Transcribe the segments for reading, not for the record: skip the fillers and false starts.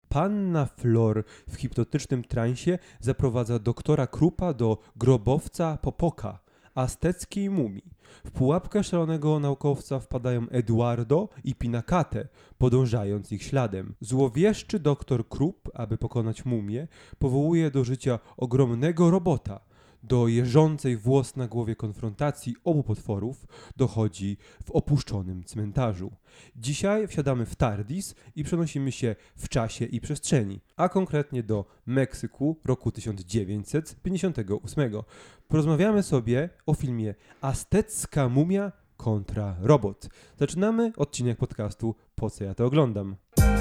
Panna Flor w hipnotycznym transie zaprowadza doktora Krupa do grobowca Popoka, azteckiej mumii. W pułapkę szalonego naukowca wpadają Eduardo i Pinacate, podążając ich śladem. Złowieszczy doktor Krup, aby pokonać mumię, powołuje do życia ogromnego robota. Do jeżącej włos na głowie konfrontacji obu potworów dochodzi w opuszczonym cmentarzu. Dzisiaj wsiadamy w TARDIS i przenosimy się w czasie i przestrzeni, a konkretnie do Meksyku roku 1958. Porozmawiamy sobie o filmie Aztecka mumia kontra robot. Zaczynamy odcinek podcastu Po co ja to oglądam?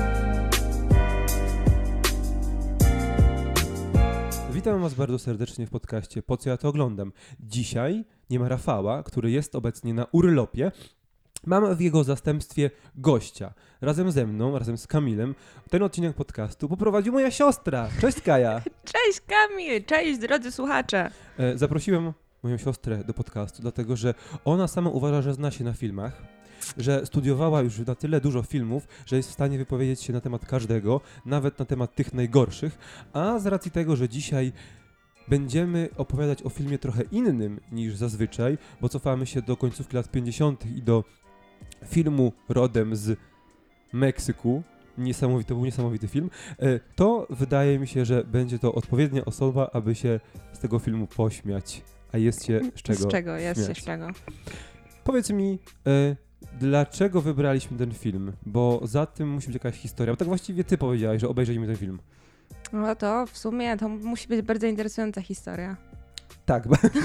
Witam Was bardzo serdecznie w podcaście Po co ja to oglądam. Dzisiaj nie ma Rafała, który jest obecnie na urlopie. Mam w jego zastępstwie gościa. Razem ze mną, razem z Kamilem, ten odcinek podcastu poprowadził moja siostra. Cześć Kaja! Cześć Kamil! Cześć drodzy słuchacze! Zaprosiłem moją siostrę do podcastu, dlatego że ona sama uważa, że zna się na filmach, że studiowała już na tyle dużo filmów, że jest w stanie wypowiedzieć się na temat każdego, nawet na temat tych najgorszych, a z racji tego, że dzisiaj będziemy opowiadać o filmie trochę innym niż zazwyczaj, bo cofamy się do końcówki lat 50. i do filmu rodem z Meksyku, to był niesamowity film, to wydaje mi się, że będzie to odpowiednia osoba, aby się z tego filmu pośmiać, a jest się z czego Z czego? Jest śmiać. się z czego. Powiedz mi, dlaczego wybraliśmy ten film? Bo za tym musi być jakaś historia. Bo tak właściwie ty powiedziałaś, że obejrzeliśmy ten film. No to w sumie to musi być bardzo interesująca historia. Tak,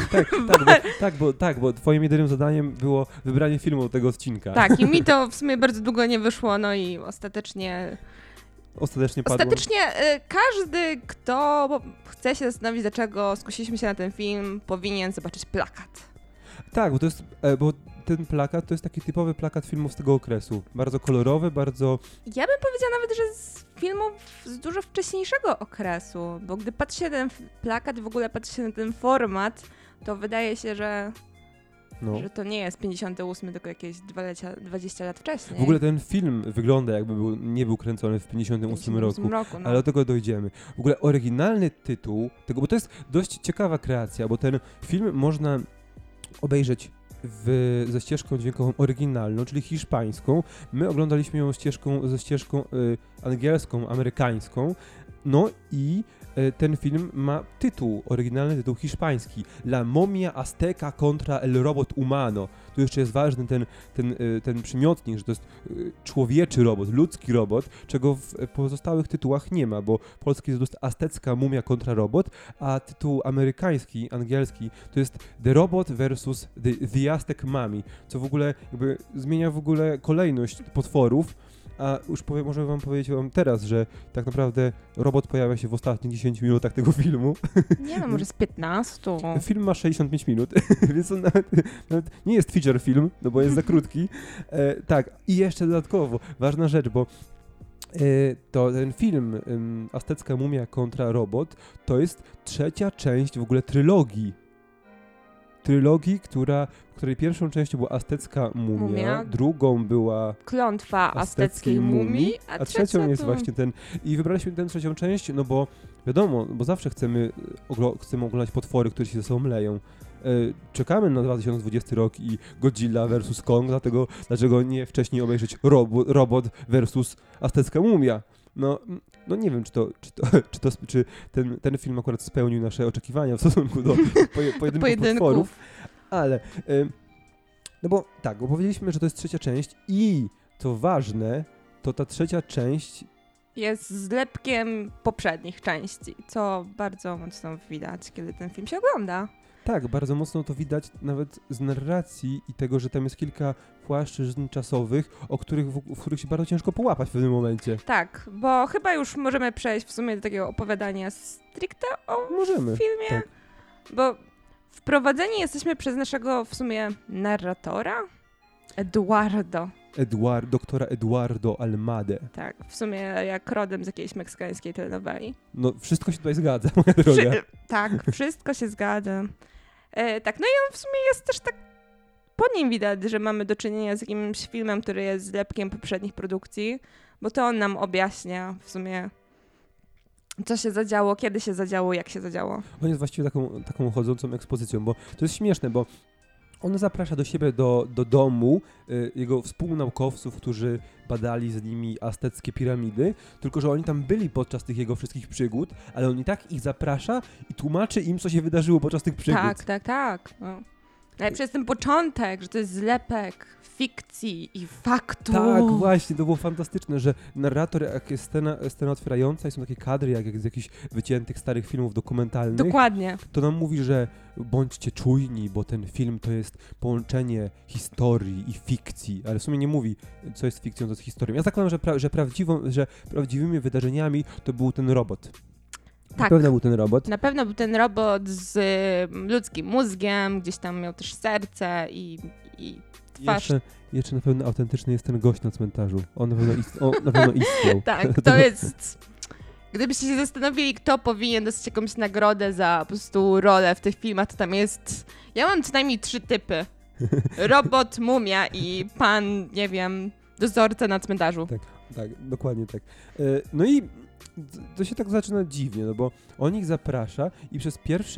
bo twoim jedynym zadaniem było wybranie filmu do tego odcinka. Tak, i mi to w sumie bardzo długo nie wyszło, no i ostatecznie padło. Każdy, kto chce się zastanowić, dlaczego skusilśmy się na ten film, powinien zobaczyć plakat. Tak, bo ten plakat to jest taki typowy plakat filmów z tego okresu. Bardzo kolorowy, bardzo... Ja bym powiedziała nawet, że z filmów z dużo wcześniejszego okresu, bo gdy patrzy się na ten plakat, w ogóle patrzy się na ten format, to wydaje się, że to nie jest 58, tylko jakieś 20 lat wcześniej. W ogóle ten film wygląda jakby nie był kręcony w 58 roku, no. ale do tego dojdziemy. W ogóle oryginalny tytuł tego, bo to jest dość ciekawa kreacja, bo ten film można obejrzeć ze ścieżką dźwiękową oryginalną, czyli hiszpańską. My oglądaliśmy ją ze ścieżką angielską, amerykańską. No i ten film ma oryginalny tytuł hiszpański. La momia azteca contra el robot humano. Tu jeszcze jest ważny ten przymiotnik, że to jest człowieczy robot, ludzki robot, czego w pozostałych tytułach nie ma, bo polski jest aztecka mumia kontra robot, a tytuł amerykański, angielski to jest The Robot versus the Aztec Mummy, co w ogóle jakby zmienia kolejność potworów. A już może wam powiedzieć teraz, że tak naprawdę robot pojawia się w ostatnich 10 minutach tego filmu. Nie no, może z 15. Film ma 65 minut, więc on nawet nie jest feature film, no bo jest za krótki. Tak, i jeszcze dodatkowo, ważna rzecz, bo to ten film Aztecka mumia kontra robot to jest trzecia część w ogóle trylogii, której pierwszą częścią była Aztecka mumia, drugą była Klątwa azteckiej mumii, a trzecią jest właśnie ten. I wybraliśmy tę trzecią część, no bo wiadomo, bo zawsze chcemy oglądać potwory, które się ze sobą leją. Czekamy na 2020 rok i Godzilla vs. Kong, dlaczego nie wcześniej obejrzeć robot versus Aztecka mumia. No nie wiem, czy ten film akurat spełnił nasze oczekiwania w stosunku do pojedynków potworów, ale bo powiedzieliśmy, że to jest trzecia część i to ważne, to ta trzecia część jest zlepkiem poprzednich części, co bardzo mocno widać, kiedy ten film się ogląda. Tak, bardzo mocno to widać nawet z narracji i tego, że tam jest kilka płaszczyzn czasowych, w których się bardzo ciężko połapać w pewnym momencie. Tak, bo chyba już możemy przejść w sumie do takiego opowiadania stricte o filmie, tak. Bo wprowadzeni jesteśmy przez naszego w sumie narratora, doktora Eduardo Almade. Tak, w sumie jak rodem z jakiejś meksykańskiej telenoweli. No, wszystko się tutaj zgadza, moja droga. Tak, wszystko się zgadza. Tak, no i on w sumie jest też tak, po nim widać, że mamy do czynienia z jakimś filmem, który jest zlepkiem poprzednich produkcji, bo to on nam objaśnia w sumie, Co się zadziało, kiedy się zadziało, jak się zadziało. On jest właściwie taką chodzącą ekspozycją, bo to jest śmieszne, bo on zaprasza do siebie do domu jego współnaukowców, którzy badali z nimi azteckie piramidy, tylko że oni tam byli podczas tych jego wszystkich przygód, ale on i tak ich zaprasza i tłumaczy im, co się wydarzyło podczas tych przygód. Tak. No. Najlepszy jest ten początek, że to jest zlepek fikcji i faktów. Tak, właśnie, to było fantastyczne, że narrator, jak jest scena otwierająca i są takie kadry, jak z jakichś wyciętych starych filmów dokumentalnych. Dokładnie. To nam mówi, że bądźcie czujni, bo ten film to jest połączenie historii i fikcji, ale w sumie nie mówi, co jest fikcją, co jest historią. Ja zakładam, że prawdziwymi wydarzeniami to był ten robot. Tak. Na pewno był ten robot. Na pewno był ten robot z ludzkim mózgiem, gdzieś tam miał też serce i twarz. Jeszcze na pewno autentyczny jest ten gość na cmentarzu. On na pewno istniał. Tak, to jest... Gdybyście się zastanowili, kto powinien dostać jakąś nagrodę za po prostu rolę w tych filmach, to tam jest... Ja mam co najmniej 3 typy. Robot, mumia i pan, nie wiem, dozorca na cmentarzu. Tak, dokładnie tak. No i to się tak zaczyna dziwnie, no bo on ich zaprasza i przez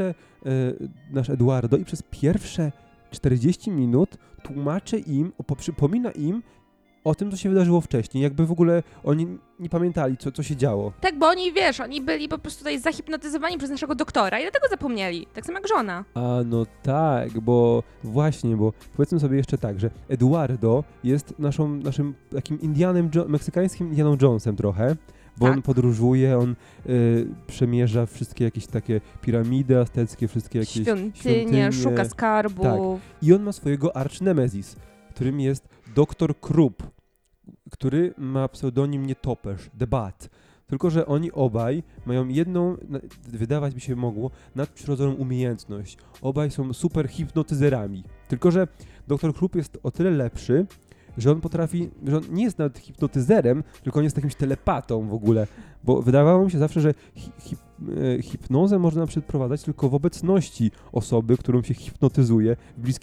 nasz Eduardo, i przez pierwsze 40 minut tłumaczy im, przypomina im o tym, co się wydarzyło wcześniej. Jakby w ogóle oni nie pamiętali, co się działo. Tak, bo oni byli po prostu tutaj zahipnotyzowani przez naszego doktora i dlatego zapomnieli. Tak samo jak żona. A no tak, bo powiedzmy sobie jeszcze tak, że Eduardo jest naszym takim meksykańskim Indianą Jonesem trochę, bo tak. On podróżuje, on przemierza wszystkie jakieś takie piramidy azteckie, wszystkie jakieś świątynie, szuka skarbów. Tak. I on ma swojego arch-nemesis, którym jest Dr. Krupp, który ma pseudonim Nietoperz, The Bat. Tylko że oni obaj mają jedną, wydawać by się mogło, nadprzyrodzoną umiejętność. Obaj są super hipnotyzerami. Tylko że Dr. Krupp jest o tyle lepszy, że on nie jest nawet hipnotyzerem, tylko on jest jakimś telepatą w ogóle, bo wydawało mi się zawsze, że hipnozę można przeprowadzać tylko w obecności osoby, którą się hipnotyzuje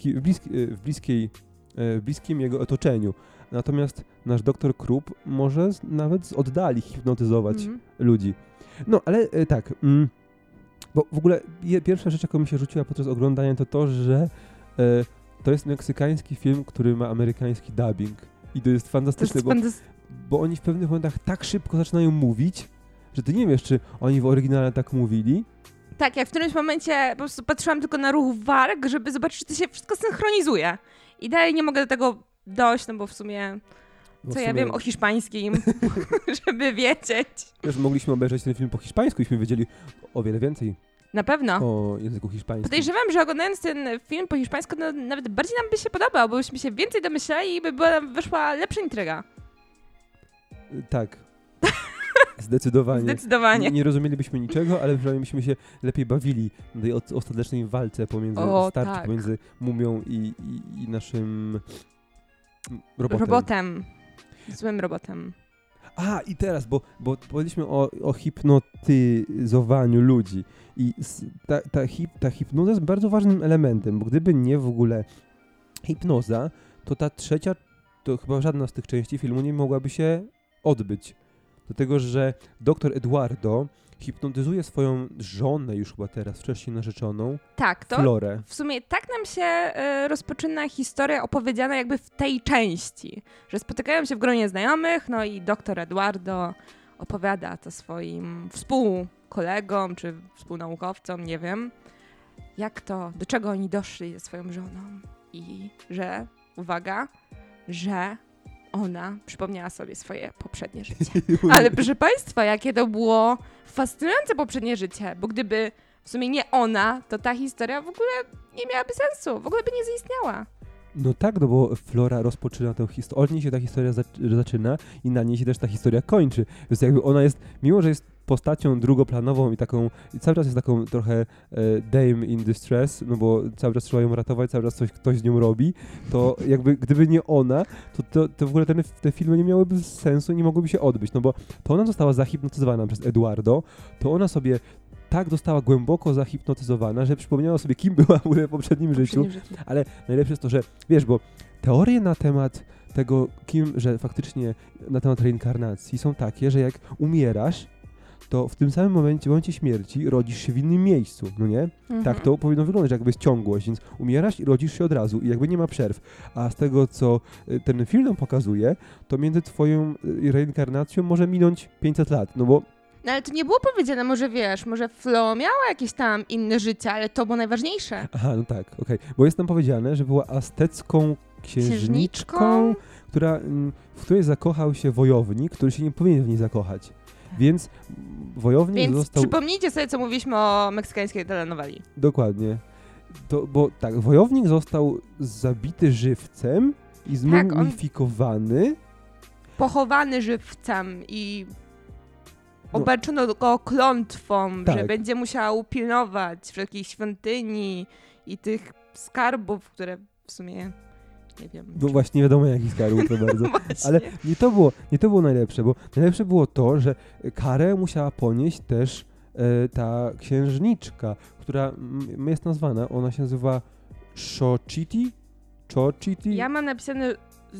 w bliskim jego otoczeniu. Natomiast nasz doktor Krupp może nawet z oddali hipnotyzować ludzi. No, ale tak, bo w ogóle pierwsza rzecz, jaką mi się rzuciła podczas oglądania, to, że to jest meksykański film, który ma amerykański dubbing. I to jest fantastyczne, bo oni w pewnych momentach tak szybko zaczynają mówić, że ty nie wiesz, czy oni w oryginale tak mówili. Tak, jak w którymś momencie po prostu patrzyłam tylko na ruch warg, żeby zobaczyć, czy to się wszystko synchronizuje. I dalej nie mogę do tego dojść, no bo w sumie ja wiem o hiszpańskim, żeby wiedzieć. Wiesz, mogliśmy obejrzeć ten film po hiszpańsku i byśmy wiedzieli o wiele więcej. Na pewno. O języku hiszpańskim. Podejrzewam, że oglądając ten film po hiszpańsku, no, nawet bardziej nam by się podobał, bo byśmy się więcej domyślali i by wyszła lepsza intryga. Tak. Zdecydowanie. Nie rozumielibyśmy niczego, ale przynajmniej byśmy się lepiej bawili na tej ostatecznej walce pomiędzy mumią i naszym robotem. Złym robotem. A, i teraz, bo powiedzieliśmy o hipnotyzowaniu ludzi i ta hipnoza jest bardzo ważnym elementem, bo gdyby nie w ogóle hipnoza, to ta trzecia, to chyba żadna z tych części filmu nie mogłaby się odbyć. Dlatego, że doktor Eduardo hipnotyzuje swoją żonę już chyba teraz, wcześniej narzeczoną, tak, to Florę. W sumie tak nam się rozpoczyna historia opowiedziana jakby w tej części, że spotykają się w gronie znajomych, no i doktor Eduardo opowiada to swoim współkolegom czy współnaukowcom, nie wiem, do czego oni doszli ze swoją żoną i że, uwaga, że ona przypomniała sobie swoje poprzednie życie. Ale proszę Państwa, jakie to było fascynujące poprzednie życie, bo gdyby w sumie nie ona, to ta historia w ogóle nie miałaby sensu, w ogóle by nie zaistniała. No tak, no bo Flora rozpoczyna tę historię, od niej się ta historia zaczyna i na niej się też ta historia kończy. Więc jakby ona jest, mimo że jest postacią drugoplanową i cały czas jest taką trochę dame in distress, no bo cały czas trzeba ją ratować, cały czas ktoś z nią robi, to jakby gdyby nie ona, to w ogóle te filmy nie miałyby sensu, nie mogłyby się odbyć, no bo to ona została zahipnotyzowana przez Eduardo, to ona sobie tak została głęboko zahipnotyzowana, że przypomniała sobie, kim była w ogóle w poprzednim życiu. Ale najlepsze jest to, że wiesz, bo teorie na temat tego, że faktycznie na temat reinkarnacji są takie, że jak umierasz, to w tym samym momencie śmierci rodzisz się w innym miejscu, no nie? Tak to powinno wyglądać, jakby jest ciągłość, więc umierasz i rodzisz się od razu i jakby nie ma przerw. A z tego, co ten film nam pokazuje, to między twoją reinkarnacją może minąć 500 lat, no bo... No ale to nie było powiedziane, może wiesz, może Flo miała jakieś tam inne życie, ale to było najważniejsze. Aha, no tak, okej. Bo jest tam powiedziane, że była aztecką księżniczką, w której zakochał się wojownik, który się nie powinien w niej zakochać. Więc wojownik został... przypomnijcie sobie, co mówiliśmy o meksykańskiej telenoweli. Dokładnie. Bo tak, wojownik został zabity żywcem i zmumifikowany. Pochowany żywcem i obarczono go klątwą, że będzie musiał pilnować wszelkich świątyni i tych skarbów, które w sumie nie wiem. No właśnie nie wiadomo jakich skarbów to bardzo. Ale nie to było najlepsze, bo najlepsze było to, że karę musiała ponieść też ta księżniczka, która jest nazwana, ona się nazywa Xochitl? Ja mam napisane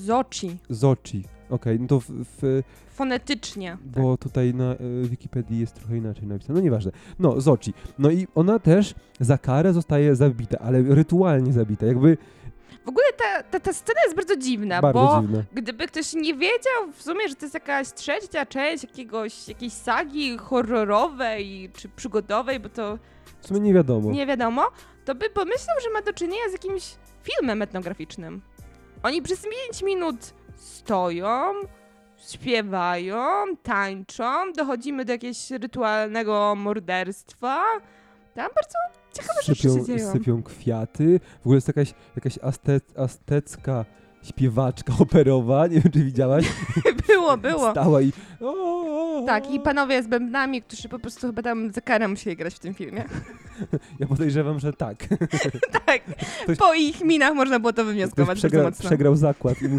Xochitl. Okej, no to fonetycznie. Bo tutaj na Wikipedii jest trochę inaczej napisane. No nieważne. No, Xochitl. No i ona też za karę zostaje zabita, ale rytualnie zabita. Jakby... W ogóle ta scena jest bardzo dziwna, dziwna. Gdyby ktoś nie wiedział w sumie, że to jest jakaś trzecia część jakiejś sagi horrorowej czy przygodowej, bo to... W sumie nie wiadomo. Nie wiadomo, to by pomyślał, że ma do czynienia z jakimś filmem etnograficznym. Oni przez 5 minut stoją, śpiewają, tańczą, dochodzimy do jakiegoś rytualnego morderstwa. Tam bardzo ciekawe rzeczy się dzieją. Sypią kwiaty. W ogóle jest jakaś aztecka śpiewaczka operowa, nie wiem, czy widziałaś? Było. Stała i... Tak, i panowie z bębnami, którzy po prostu chyba tam za karę musieli grać w tym filmie. Ja podejrzewam, że tak. Tak, po ich minach można było to wywnioskować bardzo mocno. Przegrał zakład i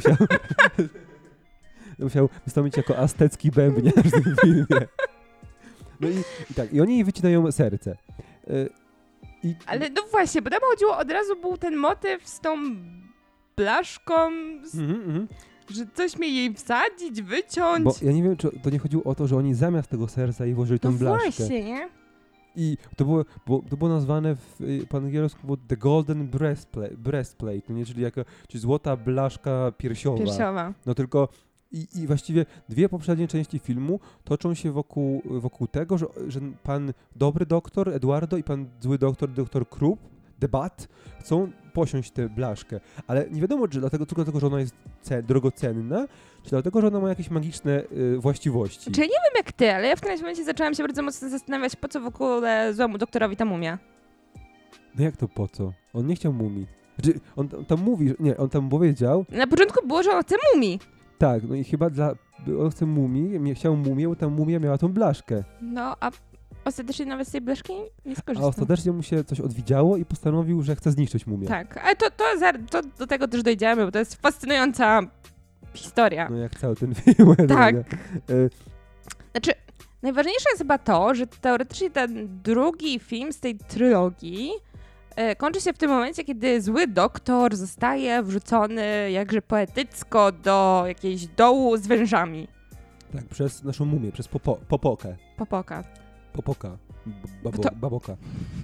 musiał wystąpić jako aztecki bębniarz w tym filmie. No i oni jej wycinają serce. Ale no właśnie, bo tam chodziło, od razu był ten motyw z tą blaszką, że coś mieli jej wsadzić, wyciąć. Bo ja nie wiem, czy to nie chodziło o to, że oni zamiast tego serca jej włożyli tą blaszkę. Właśnie, nie? I to było nazwane po angielsku The Golden Breastplate, no nie? Czyli złota blaszka piersiowa. No tylko i właściwie dwie poprzednie części filmu toczą się wokół tego, że pan dobry doktor Eduardo i pan zły doktor Krupp, Debat, chcą posiąść tę blaszkę. Ale nie wiadomo, czy tylko dlatego, że ona jest drogocenna, czy dlatego, że ona ma jakieś magiczne właściwości. Czy ja nie wiem jak ty, ale ja w którymś momencie zaczęłam się bardzo mocno zastanawiać, po co w ogóle złemu doktorowi ta mumia. No jak to po co? On nie chciał mumii. Znaczy, on tam mówi, nie, on tam powiedział... Na początku było, że on chce mumii. Tak, no i chyba on chce mumii, chciał mumię, bo ta mumia miała tą blaszkę. No, a ostatecznie nawet z tej blaszki nie skorzystał. A ostatecznie mu się coś odwidziało i postanowił, że chce zniszczyć mumię. Tak, ale to do tego też dojdziemy, bo to jest fascynująca historia. No jak cały ten film. Tak. Znaczy, najważniejsze jest chyba to, że teoretycznie ten drugi film z tej trylogii kończy się w tym momencie, kiedy zły doktor zostaje wrzucony jakże poetycko do jakiegoś dołu z wężami. Tak, przez naszą mumię, przez popokę. Popoka. Baboka.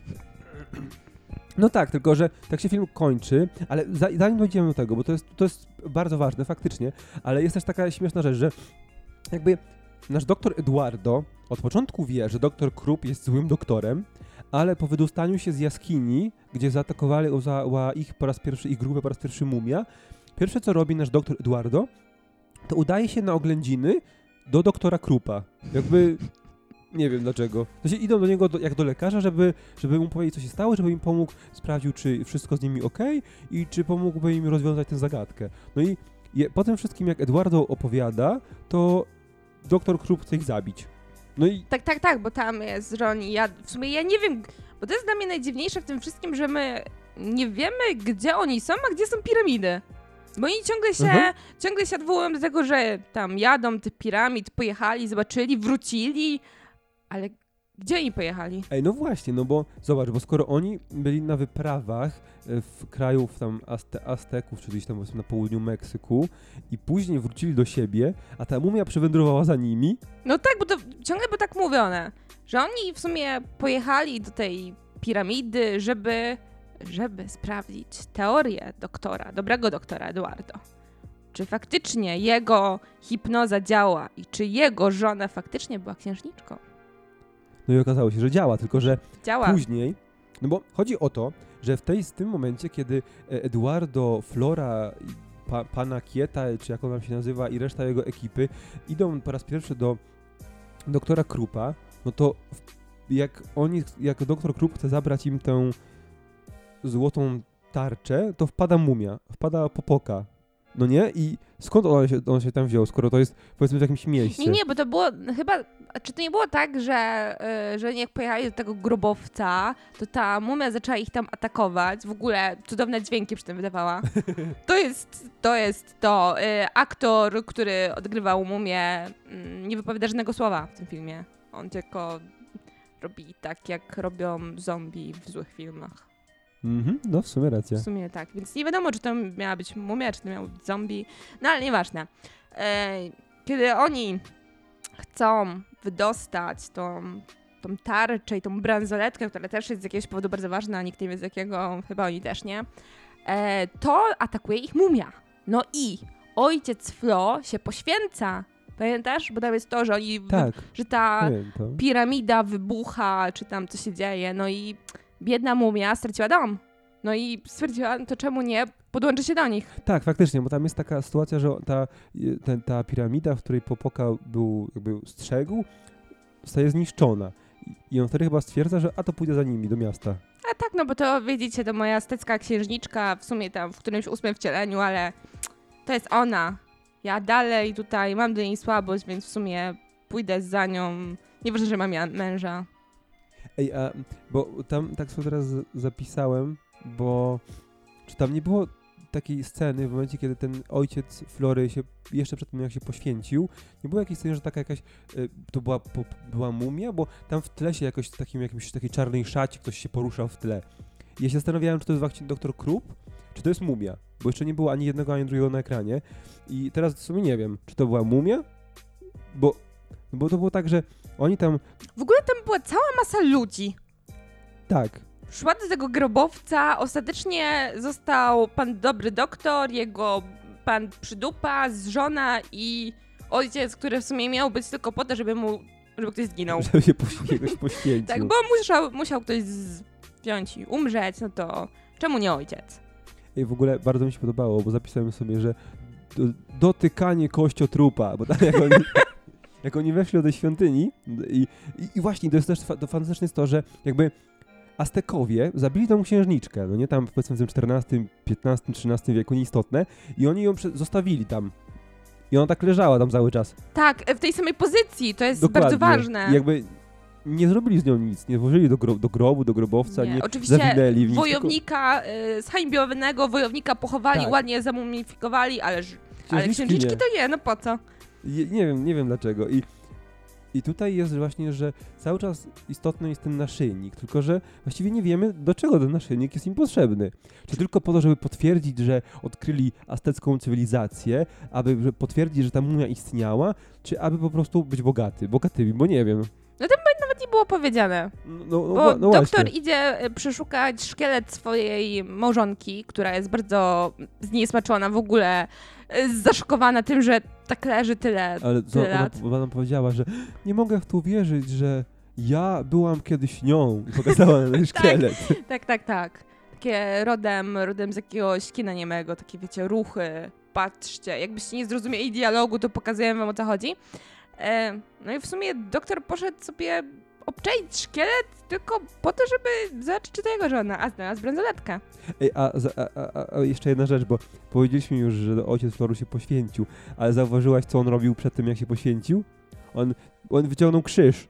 No tak, tylko że tak się film kończy, ale zanim dojdziemy do tego, bo to jest bardzo ważne faktycznie, ale jest też taka śmieszna rzecz, że jakby nasz doktor Eduardo od początku wie, że doktor Krupp jest złym doktorem, ale po wydostaniu się z jaskini, gdzie zaatakowała ich grupę po raz pierwszy mumia, pierwsze co robi nasz doktor Eduardo, to udaje się na oględziny do doktora Kruppa. Jakby... Nie wiem dlaczego. Idą do niego jak do lekarza, żeby mu powiedzieć, co się stało, żeby im pomógł, sprawdził, czy wszystko z nimi okej i czy pomógłby im rozwiązać tę zagadkę. No i po tym wszystkim, jak Eduardo opowiada, to doktor Krupp chce ich zabić. No i... Tak, bo tam jest, że oni... W sumie ja nie wiem, bo to jest dla mnie najdziwniejsze w tym wszystkim, że my nie wiemy, gdzie oni są, a gdzie są piramidy. Bo oni ciągle się odwołują do tego, że tam jadą tych piramid, pojechali, zobaczyli, wrócili, ale gdzie oni pojechali? Ej, no właśnie, no bo zobacz, bo skoro oni byli na wyprawach w krajów tam Azteków, czyli tam na południu Meksyku i później wrócili do siebie, a ta mumia przywędrowała za nimi. No tak, bo to ciągle było tak mówione, że oni w sumie pojechali do tej piramidy, żeby sprawdzić teorię dobrego doktora Eduardo. Czy faktycznie jego hipnoza działa i czy jego żona faktycznie była księżniczką? No i okazało się, że działa, tylko że działa. Później, no bo chodzi o to, że w tym momencie, kiedy Eduardo, Flora, pana Kieta, czy jak on tam się nazywa, i reszta jego ekipy idą po raz pierwszy do doktora Krupa, no to jak doktor Krupp chce zabrać im tę złotą tarczę, to wpada Popoka. No nie? I skąd on się tam wziął, skoro to jest, powiedzmy, w jakimś mieście? Nie, bo to było chyba, czy to nie było tak, że jak pojechali do tego grobowca, to ta mumia zaczęła ich tam atakować, w ogóle cudowne dźwięki przy tym wydawała. To jest to. Aktor, który odgrywał mumię, nie wypowiada żadnego słowa w tym filmie. On tylko robi tak, jak robią zombie w złych filmach. No w sumie racja. W sumie tak, więc nie wiadomo, czy to miała być mumia, czy to miał być zombie, no ale nieważne. Kiedy oni chcą wydostać tą tarczę i tą bransoletkę, która też jest z jakiegoś powodu bardzo ważna, a nikt nie wie z jakiego, chyba oni też nie, to atakuje ich mumia. No i ojciec Flo się poświęca. Pamiętasz? Bo tam jest to, że że ta piramida wybucha, czy tam co się dzieje, no i biedna mumia straciła dom. No i stwierdziła, no to czemu nie podłączy się do nich. Tak, faktycznie, bo tam jest taka sytuacja, że ta piramida, w której Popoka strzegł, zostaje zniszczona. I on wtedy chyba stwierdza, że to pójdę za nimi do miasta. A tak, no bo to widzicie, to moja aztecka księżniczka, w sumie tam w którymś 8 wcieleniu, ale to jest ona. Ja dalej tutaj mam do niej słabość, więc w sumie pójdę za nią. Nieważne, że mam męża. Ej, bo tam tak sobie teraz zapisałem, bo czy tam nie było takiej sceny w momencie, kiedy ten ojciec Flory się, jeszcze przed tym jak się poświęcił, nie było jakiejś sceny, że taka jakaś, to była mumia, bo tam w tle się jakoś w takiej czarnej szacie ktoś się poruszał w tle. I ja się zastanawiałem, czy to jest właśnie doktor Krupp, czy to jest mumia, bo jeszcze nie było ani jednego, ani drugiego na ekranie. I teraz w sumie nie wiem, czy to była mumia, bo to było tak, że oni tam... W ogóle tam była cała masa ludzi. Tak. Szła do tego grobowca, ostatecznie został pan dobry doktor, jego pan przydupa, żona i ojciec, który w sumie miał być tylko po to, żeby ktoś zginął. Żeby się jakoś poświęcił. Tak, bo musiał ktoś wziąć i umrzeć, no to czemu nie ojciec? I w ogóle bardzo mi się podobało, bo zapisałem sobie, że dotykanie kościotrupa, bo tam jak oni weszli do świątyni i właśnie to jest też fantastyczne jest to, że jakby Aztekowie zabili tą księżniczkę, no nie tam powiedzmy w tym XIV, XV, XIII wieku, nieistotne, i oni ją zostawili tam. I ona tak leżała tam cały czas. Tak, w tej samej pozycji, to jest Dokładnie. bardzo ważne. I jakby nie zrobili z nią nic, nie włożyli do grobu, do grobowca, nie zawinęli w nic. Wojownika, zhańbiowanego wojownika pochowali, tak. Ładnie zamumifikowali, ale księżniczki to nie, no po co? Nie wiem dlaczego. I tutaj jest właśnie, że cały czas istotny jest ten naszyjnik, tylko że właściwie nie wiemy, do czego ten naszyjnik jest im potrzebny. Czy tylko po to, żeby potwierdzić, że odkryli aztecką cywilizację, aby potwierdzić, że ta mumia istniała, czy aby po prostu być bogatymi, bo nie wiem. No to nawet nie było powiedziane. Bo doktor idzie przeszukać szkielet swojej małżonki, która jest bardzo zniesmaczona, w ogóle zaszokowana tym, że tak leży tyle lat. Ona nam powiedziała, że nie mogę w to uwierzyć, że ja byłam kiedyś nią i pokazała na ten szkielet. Tak. Takie rodem z jakiegoś kina niemego, takie wiecie, ruchy, patrzcie. Jakbyście nie zrozumieli dialogu, to pokazuję wam, o co chodzi. No i w sumie doktor poszedł sobie obczaić szkielet tylko po to, żeby zobaczyć, czy to jego żona, a znalazł bransoletkę. Ej, a jeszcze jedna rzecz, bo powiedzieliśmy już, że ojciec Floru się poświęcił, ale zauważyłaś, co on robił przed tym, jak się poświęcił? On wyciągnął krzyż.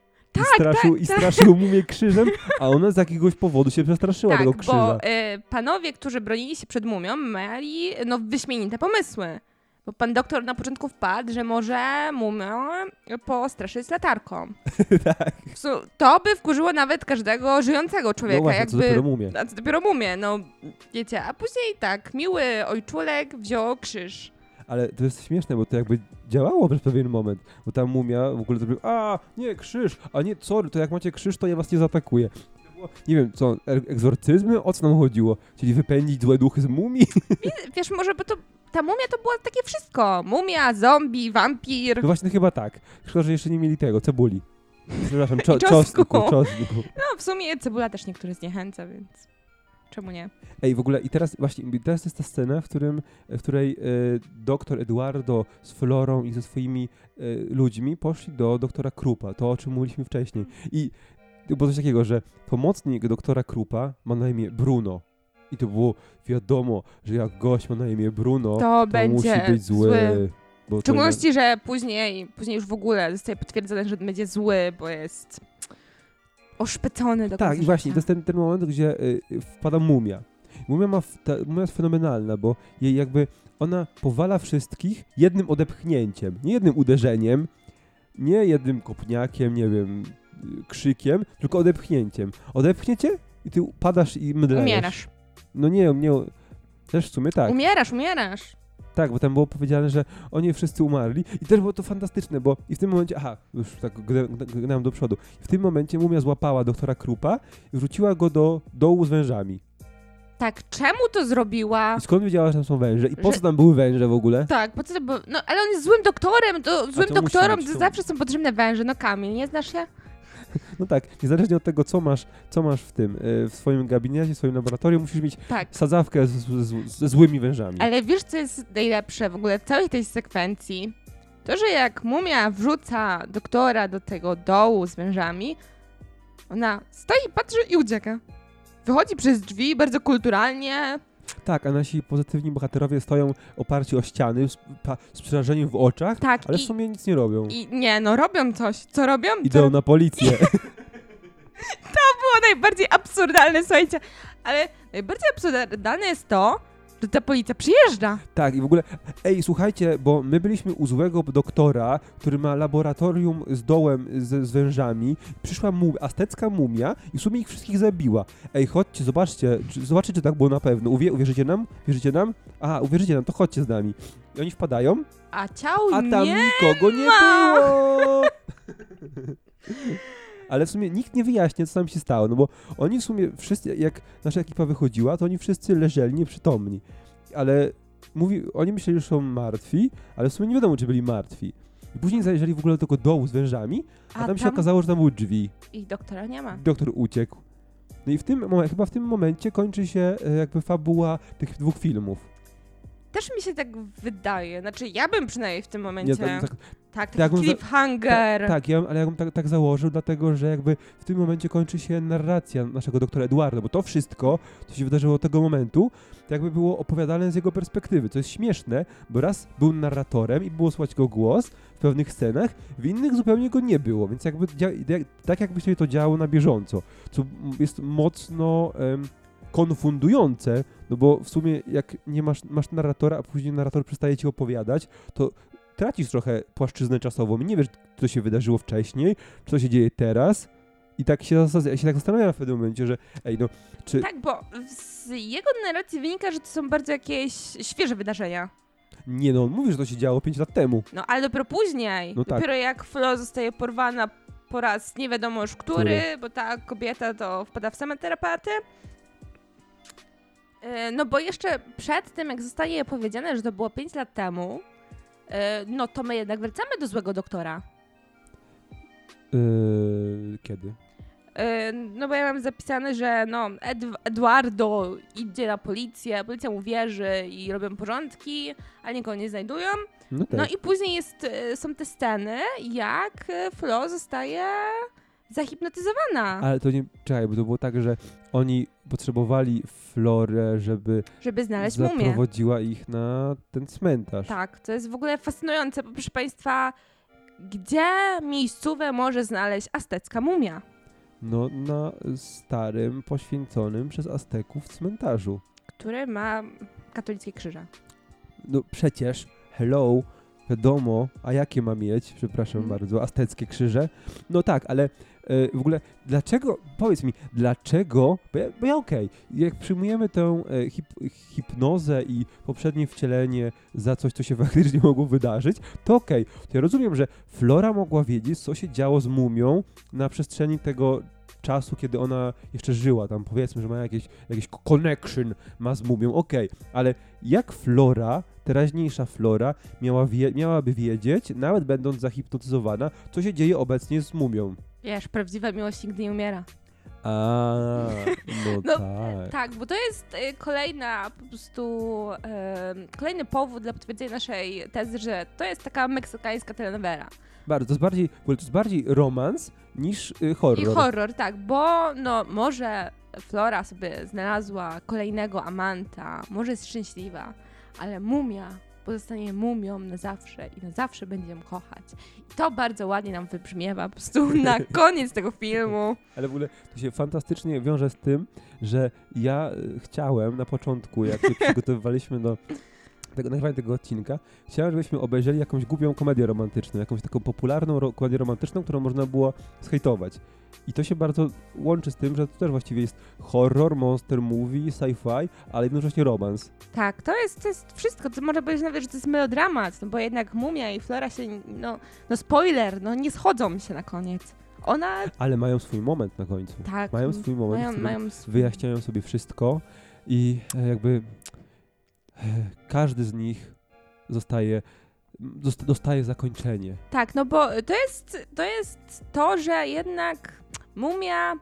I straszył mumię krzyżem, a ona z jakiegoś powodu się przestraszyła tego krzyża. Bo panowie, którzy bronili się przed mumią, mieli wyśmienite pomysły. Bo pan doktor na początku wpadł, że może mumię postraszyć latarką. Tak. To by wkurzyło nawet każdego żyjącego człowieka. No właśnie, co dopiero mumię, no wiecie. A później tak, miły ojczulek wziął krzyż. Ale to jest śmieszne, bo to jakby działało przez pewien moment, bo ta mumia w ogóle zrobiła, a nie, krzyż, a nie, sorry, to jak macie krzyż, to ja was nie zaatakuję. To było, nie wiem, co, egzorcyzmy? O co nam chodziło? Chcieli wypędzić złe duchy z mumii? Wiesz, może bo to ta mumia to było takie wszystko. Mumia, zombie, wampir. No właśnie chyba tak. Szkoda, że jeszcze nie mieli tego, cebuli. Przepraszam, I czosnku. czosnku. No w sumie cebula też niektórych zniechęca, więc czemu nie? Ej, w ogóle i teraz jest ta scena, w której doktor Eduardo z Florą i ze swoimi ludźmi poszli do doktora Krupa, to o czym mówiliśmy wcześniej. I było coś takiego, że pomocnik doktora Krupa ma na imię Bruno. I to było wiadomo, że jak gość ma na imię Bruno, to będzie musi być zły. W szczególności, że później już w ogóle zostaje potwierdzone, że będzie zły, bo jest oszpecony do końca. Tak, i właśnie, to jest ten moment, gdzie wpada mumia. Mumia jest fenomenalna, bo jej jakby ona powala wszystkich jednym odepchnięciem, nie jednym uderzeniem, nie jednym kopniakiem, nie wiem, krzykiem, tylko odepchnięciem. Odepchniecie i ty padasz i mdlejesz. Umierasz. No nie, też w sumie tak. Umierasz. Tak, bo tam było powiedziane, że oni wszyscy umarli i też było to fantastyczne, bo i w tym momencie, już tak gnałem do przodu, w tym momencie mumia złapała doktora Krupa i wrzuciła go do dołu z wężami. Tak, czemu to zrobiła? I skąd wiedziała, że tam są węże? I po co tam były węże w ogóle? Tak, po co to było? No, ale on jest złym doktorem, to złym doktorom to zawsze są potrzebne węże. No Kamil, nie znasz się? No tak, niezależnie od tego, co masz w swoim gabinecie, w swoim laboratorium, musisz mieć sadzawkę ze złymi wężami. Ale wiesz, co jest najlepsze w ogóle w całej tej sekwencji? To, że jak mumia wrzuca doktora do tego dołu z wężami, ona stoi, patrzy i ucieka. Wychodzi przez drzwi bardzo kulturalnie. Tak, a nasi pozytywni bohaterowie stoją oparci o ściany z przerażeniem w oczach, tak, ale w sumie nic nie robią. Robią coś. Co robią? Idą na policję. To było najbardziej absurdalne, słuchajcie. Ale najbardziej absurdalne jest to, że ta policja przyjeżdża. Tak, i w ogóle, słuchajcie, bo my byliśmy u złego doktora, który ma laboratorium z dołem z wężami. Przyszła aztecka mumia i w sumie ich wszystkich zabiła. Chodźcie, zobaczcie, czy tak było na pewno. Uwierzycie nam? Wierzycie nam? Uwierzycie nam, to chodźcie z nami. I oni wpadają, a ciał a tam nikogo nie było. Ale w sumie nikt nie wyjaśnia, co tam się stało, no bo oni w sumie wszyscy, jak nasza ekipa wychodziła, to oni wszyscy leżeli nieprzytomni. Ale oni myśleli, że są martwi, ale w sumie nie wiadomo, czy byli martwi. I później zajrzeli w ogóle do tego dołu z wężami, a tam się okazało, że tam były drzwi. I doktora nie ma. Doktor uciekł. No i chyba w tym momencie kończy się jakby fabuła tych dwóch filmów. Też mi się tak wydaje. Znaczy, ja bym przynajmniej w tym momencie... taki cliffhanger. Ale ja bym tak założył, dlatego że jakby w tym momencie kończy się narracja naszego doktora Eduardo, bo to wszystko, co się wydarzyło od tego momentu, to jakby było opowiadane z jego perspektywy, co jest śmieszne, bo raz był narratorem i było słychać go głos w pewnych scenach, w innych zupełnie go nie było, więc jakby tak jakby się to działo na bieżąco, co jest mocno konfundujące, no bo w sumie jak nie masz narratora, a później narrator przestaje ci opowiadać, to tracisz trochę płaszczyznę czasową i nie wiesz, co się wydarzyło wcześniej, co się dzieje teraz. I tak ja się tak zastanawiam w pewnym momencie, że czy... Tak, bo z jego narracji wynika, że to są bardzo jakieś świeże wydarzenia. Nie no, on mówi, że to się działo 5 lat temu. No ale dopiero później. No dopiero jak Flo zostaje porwana po raz nie wiadomo już który, bo ta kobieta to wpada w same terapaty. No bo jeszcze przed tym, jak zostaje powiedziane, że to było 5 lat temu, no to my jednak wracamy do złego doktora. Kiedy? No bo ja mam zapisane, że Eduardo idzie na policję, policja mu wierzy i robią porządki, ale nikogo nie znajdują. No i później są te sceny, jak Flo zostaje zahipnotyzowana. Ale to nie, czekaj, bo to było tak, że oni potrzebowali Florę, żeby znaleźć mumię. Zaprowadziła ich na ten cmentarz. Tak, to jest w ogóle fascynujące, bo proszę Państwa, gdzie miejscówę może znaleźć aztecka mumia? No na starym, poświęconym przez Azteków cmentarzu. Który ma katolickie krzyże. No przecież, hello, wiadomo, a jakie ma mieć, przepraszam bardzo, azteckie krzyże? No tak, ale W ogóle, dlaczego, powiedz mi, dlaczego, bo ja okej, jak przyjmujemy tę hipnozę i poprzednie wcielenie za coś, co się faktycznie mogło wydarzyć, to okej. Ja rozumiem, że Flora mogła wiedzieć, co się działo z mumią na przestrzeni tego czasu, kiedy ona jeszcze żyła, tam powiedzmy, że ma jakiś connection ma z mumią, ale jak Flora, teraźniejsza Flora miałaby wiedzieć, nawet będąc zahipnotyzowana, co się dzieje obecnie z mumią? Wiesz, prawdziwa miłość nigdy nie umiera. No tak. Tak, bo to jest kolejna po prostu kolejny powód dla potwierdzenia naszej tezy, że to jest taka meksykańska telenowela. Bardzo, to jest bardziej romans niż horror. I horror, tak, bo no może Flora sobie znalazła kolejnego amanta, może jest szczęśliwa, ale mumia pozostanie mumią na zawsze i na zawsze będzie ją kochać. I to bardzo ładnie nam wybrzmiewa po prostu na koniec tego filmu. Ale w ogóle to się fantastycznie wiąże z tym, że ja chciałem na początku, jak się przygotowywaliśmy do nagrywania tego odcinka, chciałem, żebyśmy obejrzeli jakąś głupią komedię romantyczną, jakąś taką popularną komedię romantyczną, którą można było zhejtować. I to się bardzo łączy z tym, że to też właściwie jest horror, monster movie, sci-fi, ale jednocześnie romans. Tak, to jest wszystko. To można powiedzieć nawet, że to jest melodramat, no bo jednak Mumia i Flora się, no spoiler, no nie schodzą się na koniec. Ale mają swój moment na końcu. Tak. Mają swój moment, wyjaśniają sobie wszystko i jakby każdy z nich dostaje zakończenie. Tak, no bo to jest to, że jednak Mumia,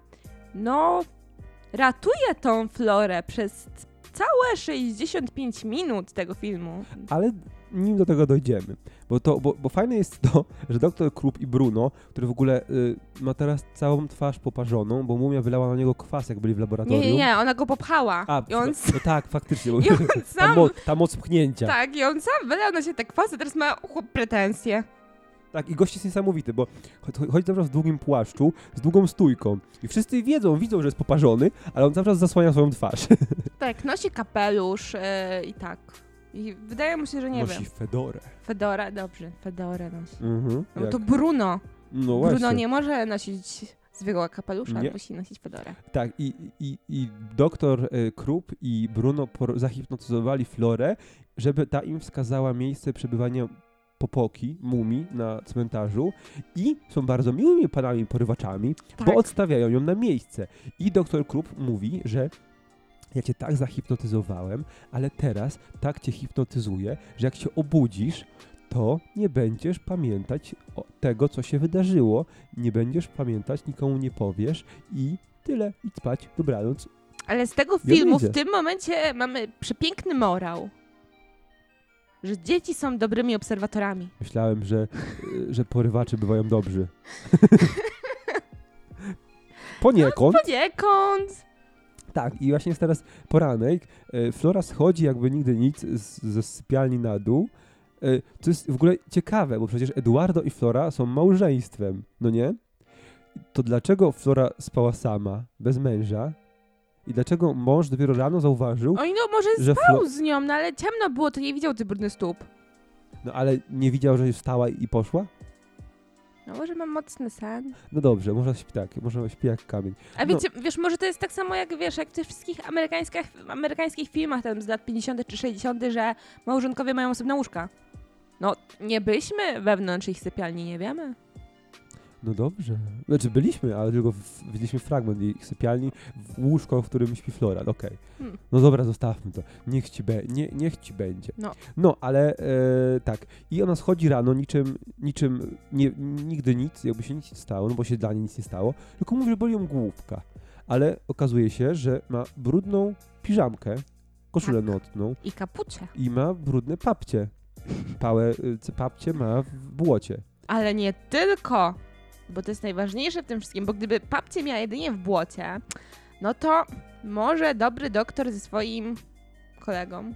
ratuje tą Florę przez całe 65 minut tego filmu. Ale nim do tego dojdziemy, bo fajne jest to, że Dr. Krupp i Bruno, który w ogóle ma teraz całą twarz poparzoną, bo Mumia wylała na niego kwas, jak byli w laboratorium. Nie, ona go popchała. No tak, faktycznie, bo sam, ta moc pchnięcia. Tak, i on sam wylał na siebie te kwasy, teraz ma pretensje. Tak, i gość jest niesamowity, bo chodzi cały czas w długim płaszczu, z długą stójką. I wszyscy widzą, że jest poparzony, ale on cały czas zasłania swoją twarz. Tak, nosi kapelusz i tak. I wydaje mu się, że nie wiem. Nosi fedorę. Fedora, dobrze, fedorę nosi. No to Bruno. No Bruno właśnie. nie może nosić zwykłego kapelusza, nie. musi nosić fedorę. Tak, i doktor Krupp i Bruno zahipnotyzowali Florę, żeby ta im wskazała miejsce przebywania popoki, mumii na cmentarzu i są bardzo miłymi panami porywaczami, tak. Bo odstawiają ją na miejsce. I doktor Krupp mówi, że ja cię tak zahipnotyzowałem, ale teraz tak cię hipnotyzuję, że jak się obudzisz, to nie będziesz pamiętać tego, co się wydarzyło. Nie będziesz pamiętać, nikomu nie powiesz i tyle. Idź spać, dobranoc. Ale z tego filmu w tym momencie mamy przepiękny morał. Że dzieci są dobrymi obserwatorami. Myślałem, że porywacze bywają dobrzy. Poniekąd. No, poniekąd. Tak, i właśnie jest teraz poranek. Flora schodzi jakby nigdy nic ze sypialni na dół. To jest w ogóle ciekawe, bo przecież Eduardo i Flora są małżeństwem, no nie? To dlaczego Flora spała sama, bez męża? I dlaczego mąż dopiero rano zauważył, Oj, no może spał z nią, no ale ciemno było, to nie widział tych brudnych stóp. No ale nie widział, że wstała i poszła? No może mam mocny sen. No dobrze, może śpi jak kamień. A wiesz, może to jest tak samo jak, wiesz, jak w tych wszystkich amerykańskich filmach tam z lat 50. czy 60., że małżonkowie mają osobne łóżka. No, nie byliśmy wewnątrz ich sypialni, nie wiemy. No dobrze. Znaczy byliśmy, ale tylko widzieliśmy fragment ich sypialni w łóżko, w którym śpi Flora. Okej. No dobra, zostawmy to. Niech ci będzie. No ale tak. I ona schodzi rano nigdy nic, jakby się nic nie stało, no bo się dla niej nic nie stało, tylko mówi, że boli ją główka. Ale okazuje się, że ma brudną piżamkę, koszulę nocną. I kapucie. I ma brudne papcie. Papcie ma w błocie. Ale nie tylko, bo to jest najważniejsze w tym wszystkim, bo gdyby papcie miała jedynie w błocie, no to może dobry doktor ze swoim kolegą,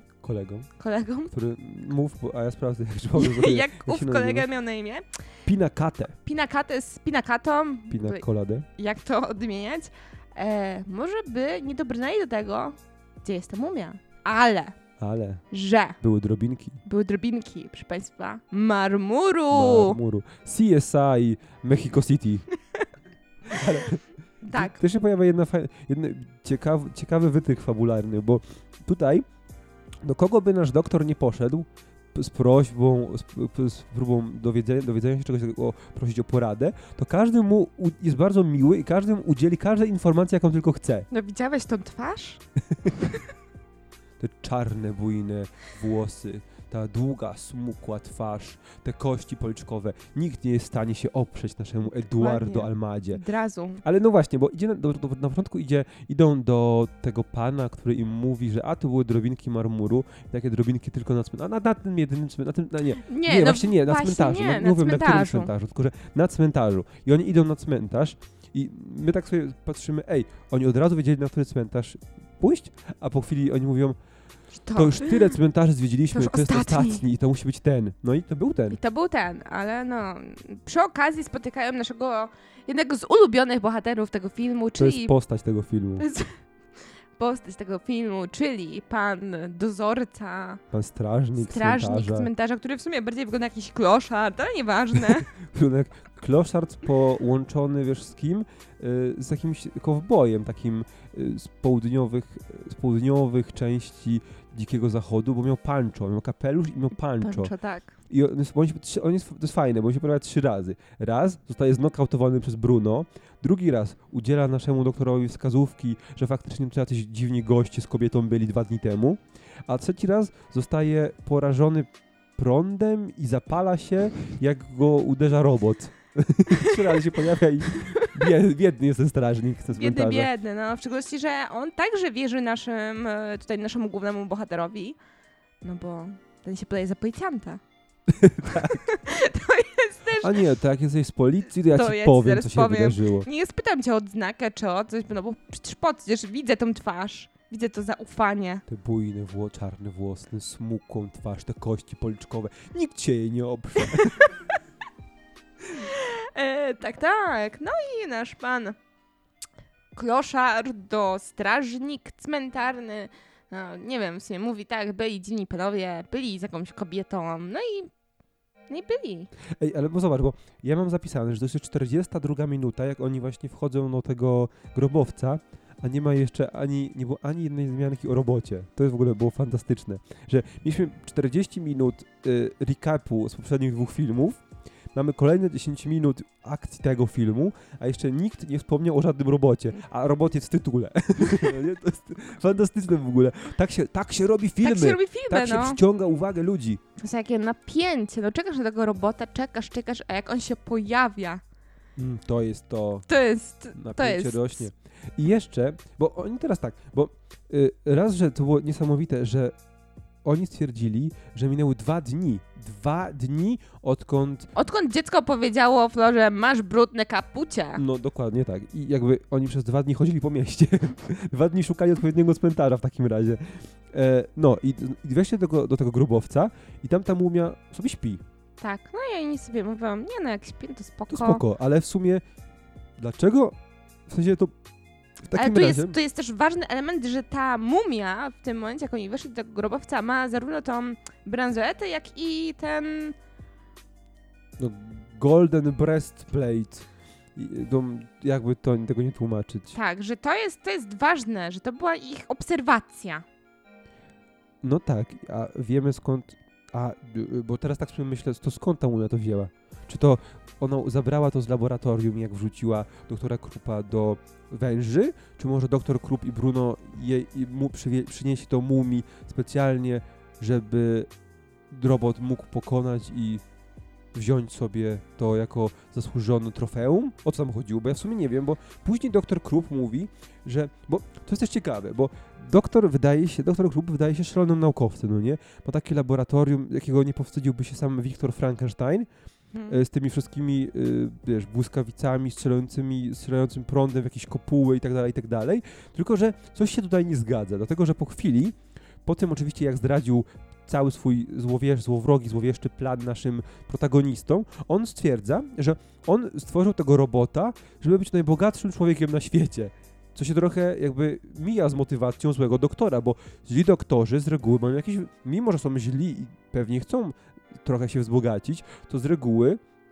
a ja sprawdzę, jak powiem sobie. Jak ów kolega miał na imię? Pinakatę z pinakatą. Pinakoladę. Jak to odmieniać? Może by nie dobrnęli do tego, gdzie jest ta mumia. Ale były drobinki, proszę Państwa, marmuru. CSI Mexico City. Ale Tak. też się pojawia jeden ciekawy wytrych fabularny, bo tutaj do kogo by nasz doktor nie poszedł z prośbą, z próbą dowiedzenia się czegoś, prosić o poradę, to każdy mu jest bardzo miły i każdy mu udzieli każdej informacji, jaką tylko chce. No widziałeś tą twarz? Te czarne, bujne włosy, ta długa, smukła twarz, te kości policzkowe. Nikt nie jest w stanie się oprzeć naszemu Eduardo Almadzie. Od razu. Ale no właśnie, bo idzie na początku idą do tego pana, który im mówi, że tu były drobinki marmuru, takie drobinki tylko na cmentarzu. A na tym jedynym cmentarzu, na cmentarzu. Nie wiem, na którym cmentarzu, tylko że na cmentarzu. I oni idą na cmentarz i my tak sobie patrzymy, oni od razu wiedzieli, na który cmentarz pójść, a po chwili oni mówią, to już tyle cmentarzy zwiedziliśmy, to jest ostatni i to musi być ten. No i to był ten. Ale przy okazji spotykają jednego z ulubionych bohaterów tego filmu, czyli... To jest postać tego filmu. Postać tego filmu, czyli pan dozorca... Pan strażnik cmentarza, który w sumie bardziej wygląda jak jakiś kloszard, ale nieważne. Wygląda jak kloszard połączony, wiesz z kim? Z jakimś kowbojem takim z południowych części Dzikiego Zachodu, bo miał pancho, miał kapelusz i miał pancho. Pancho, tak. I to jest fajne, bo on się pojawia 3 razy. Raz zostaje znokautowany przez Bruno, drugi raz udziela naszemu doktorowi wskazówki, że faktycznie to jacyś dziwni goście z kobietą byli 2 dni temu, a trzeci raz zostaje porażony prądem i zapala się, jak go uderza robot. 3 razy się pojawia i biedny jest ten strażnik ze cmentarza. Biedny, w szczególności, że on także wierzy naszemu głównemu bohaterowi, bo ten się podaje za policjanta. Tak. To jest też... A nie, to jak jesteś z policji, to ja ci powiem, co się wydarzyło. Nie spytam cię o odznakę czy o coś, bo przecież widzę tą twarz. Widzę to zaufanie. Te bujne, czarne włosy, tę smukłą twarz, te kości policzkowe. Nikt się jej nie oprze. Tak. No i nasz pan kloszardo, strażnik cmentarny, nie wiem, w sumie mówi tak, byli dziwni panowie, byli z jakąś kobietą, no i byli. Ale bo zobacz, bo ja mam zapisane, że to jest 42 minuta, jak oni właśnie wchodzą do tego grobowca, a nie ma jeszcze nie było ani jednej wzmianki o robocie. To jest w ogóle było fantastyczne, że mieliśmy 40 minut recapu z poprzednich 2 filmów, mamy kolejne 10 minut akcji tego filmu, a jeszcze nikt nie wspomniał o żadnym robocie, a robot jest w tytule. To jest fantastyczne w ogóle. Tak się robi filmy. Tak się przyciąga uwagę ludzi. To jest jakie napięcie. Czekasz na tego robota, czekasz, a jak on się pojawia. To jest to. Napięcie rośnie. I jeszcze, bo oni teraz raz, że to było niesamowite, że oni stwierdzili, że minęły 2 dni. 2 dni, odkąd dziecko powiedziało Florze, masz brudne kapucie. No dokładnie tak. I jakby oni przez 2 dni chodzili po mieście. 2 dni szukali odpowiedniego cmentarza w takim razie. I weźcie do tego grobowca i tam ta mumia sobie śpi. Tak, i oni sobie mówią, jak śpię, to spoko. To spoko, ale w sumie dlaczego? W sensie to w takim razie... Tu jest też ważny element, że ta mumia w tym momencie, jak oni weszli do tego grobowca, ma zarówno tą bransoletę, jak i ten... golden breastplate. Jakby tego nie tłumaczyć. Tak, że to jest ważne, że to była ich obserwacja. No tak, a wiemy skąd... bo teraz tak sobie myślę, to skąd ta mumia to wzięła? Czy to ona zabrała to z laboratorium, jak wrzuciła doktora Krupa do węży? Czy może doktor Krup i Bruno przynieśli to mumii specjalnie, żeby robot mógł pokonać i wziąć sobie to jako zasłużone trofeum? O co tam chodziło? Bo ja w sumie nie wiem, bo później doktor Krup mówi, że... Bo to jest też ciekawe, bo doktor Krup wydaje się szalonym naukowcem, no nie? Ma takie laboratorium, jakiego nie powstydziłby się sam Wiktor Frankenstein, z tymi wszystkimi, błyskawicami strzelającym prądem w jakieś kopuły i tak dalej. Tylko że coś się tutaj nie zgadza, dlatego że po chwili, po tym oczywiście jak zdradził cały swój złowrogi plan naszym protagonistom, on stwierdza, że on stworzył tego robota, żeby być najbogatszym człowiekiem na świecie. Co się trochę jakby mija z motywacją złego doktora, bo źli doktorzy z reguły mają jakieś, mimo że są źli i pewnie chcą trochę się wzbogacić, to z reguły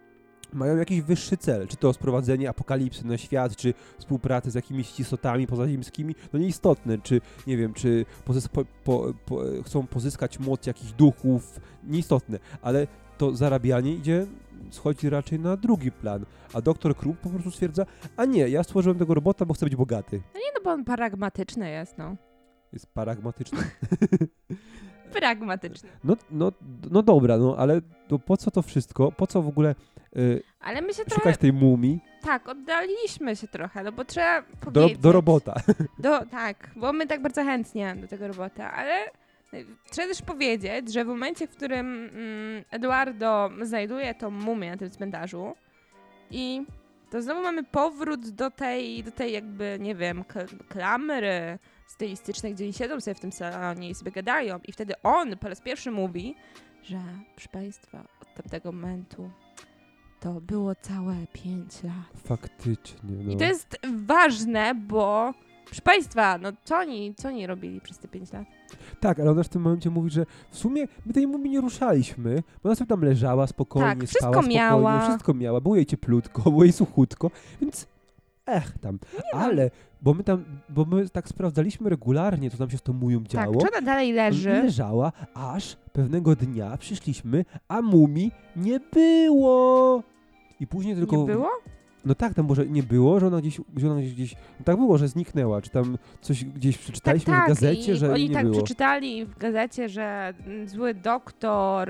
mają jakiś wyższy cel, czy to sprowadzenie apokalipsy na świat, czy współpracę z jakimiś istotami pozaziemskimi, no nieistotne, czy nie wiem, czy chcą pozyskać moc jakichś duchów, nieistotne, ale to zarabianie schodzi raczej na drugi plan, a doktor Krupp po prostu stwierdza, a nie, ja stworzyłem tego robota, bo chcę być bogaty. No nie, no bo on pragmatyczny jest, no. Jest pragmatyczny? Pragmatyczny. No dobra, no ale to po co to wszystko? Po co w ogóle ale my się szukać trochę, tej mumii? tak, oddaliliśmy się trochę, no bo trzeba powiedzieć. Do robota. Tak, bo my tak bardzo chętnie do tego robota, ale trzeba też powiedzieć, że w momencie, w którym Eduardo znajduje tą mumię na tym cmentarzu i to znowu mamy powrót do tej jakby, nie wiem, klamry stylistycznej, gdzie oni siedzą sobie w tym salonie i sobie gadają i wtedy on po raz pierwszy mówi, że proszę Państwa, od tamtego momentu to było całe 5 lat. Faktycznie, no. I to jest ważne, bo proszę Państwa, no co oni robili przez te 5 lat? Tak, ale ona w tym momencie mówi, że w sumie my tej mumii nie ruszaliśmy, bo ona sobie tam leżała spokojnie, Tak, wszystko spała spokojnie, miała. Wszystko miała, było jej cieplutko, było jej suchutko, więc tam. Ale, bo my tak sprawdzaliśmy regularnie, co tam się z tą mumią działo. Tak, czy ona dalej leży? Leżała, aż pewnego dnia przyszliśmy, a mumii nie było. I później tylko... Nie było? No tak, tam może nie było, że ona gdzieś no tak było, że zniknęła, czy tam coś gdzieś przeczytaliśmy tak, w gazecie, i że oni nie tak było. przeczytali w gazecie, że zły doktor,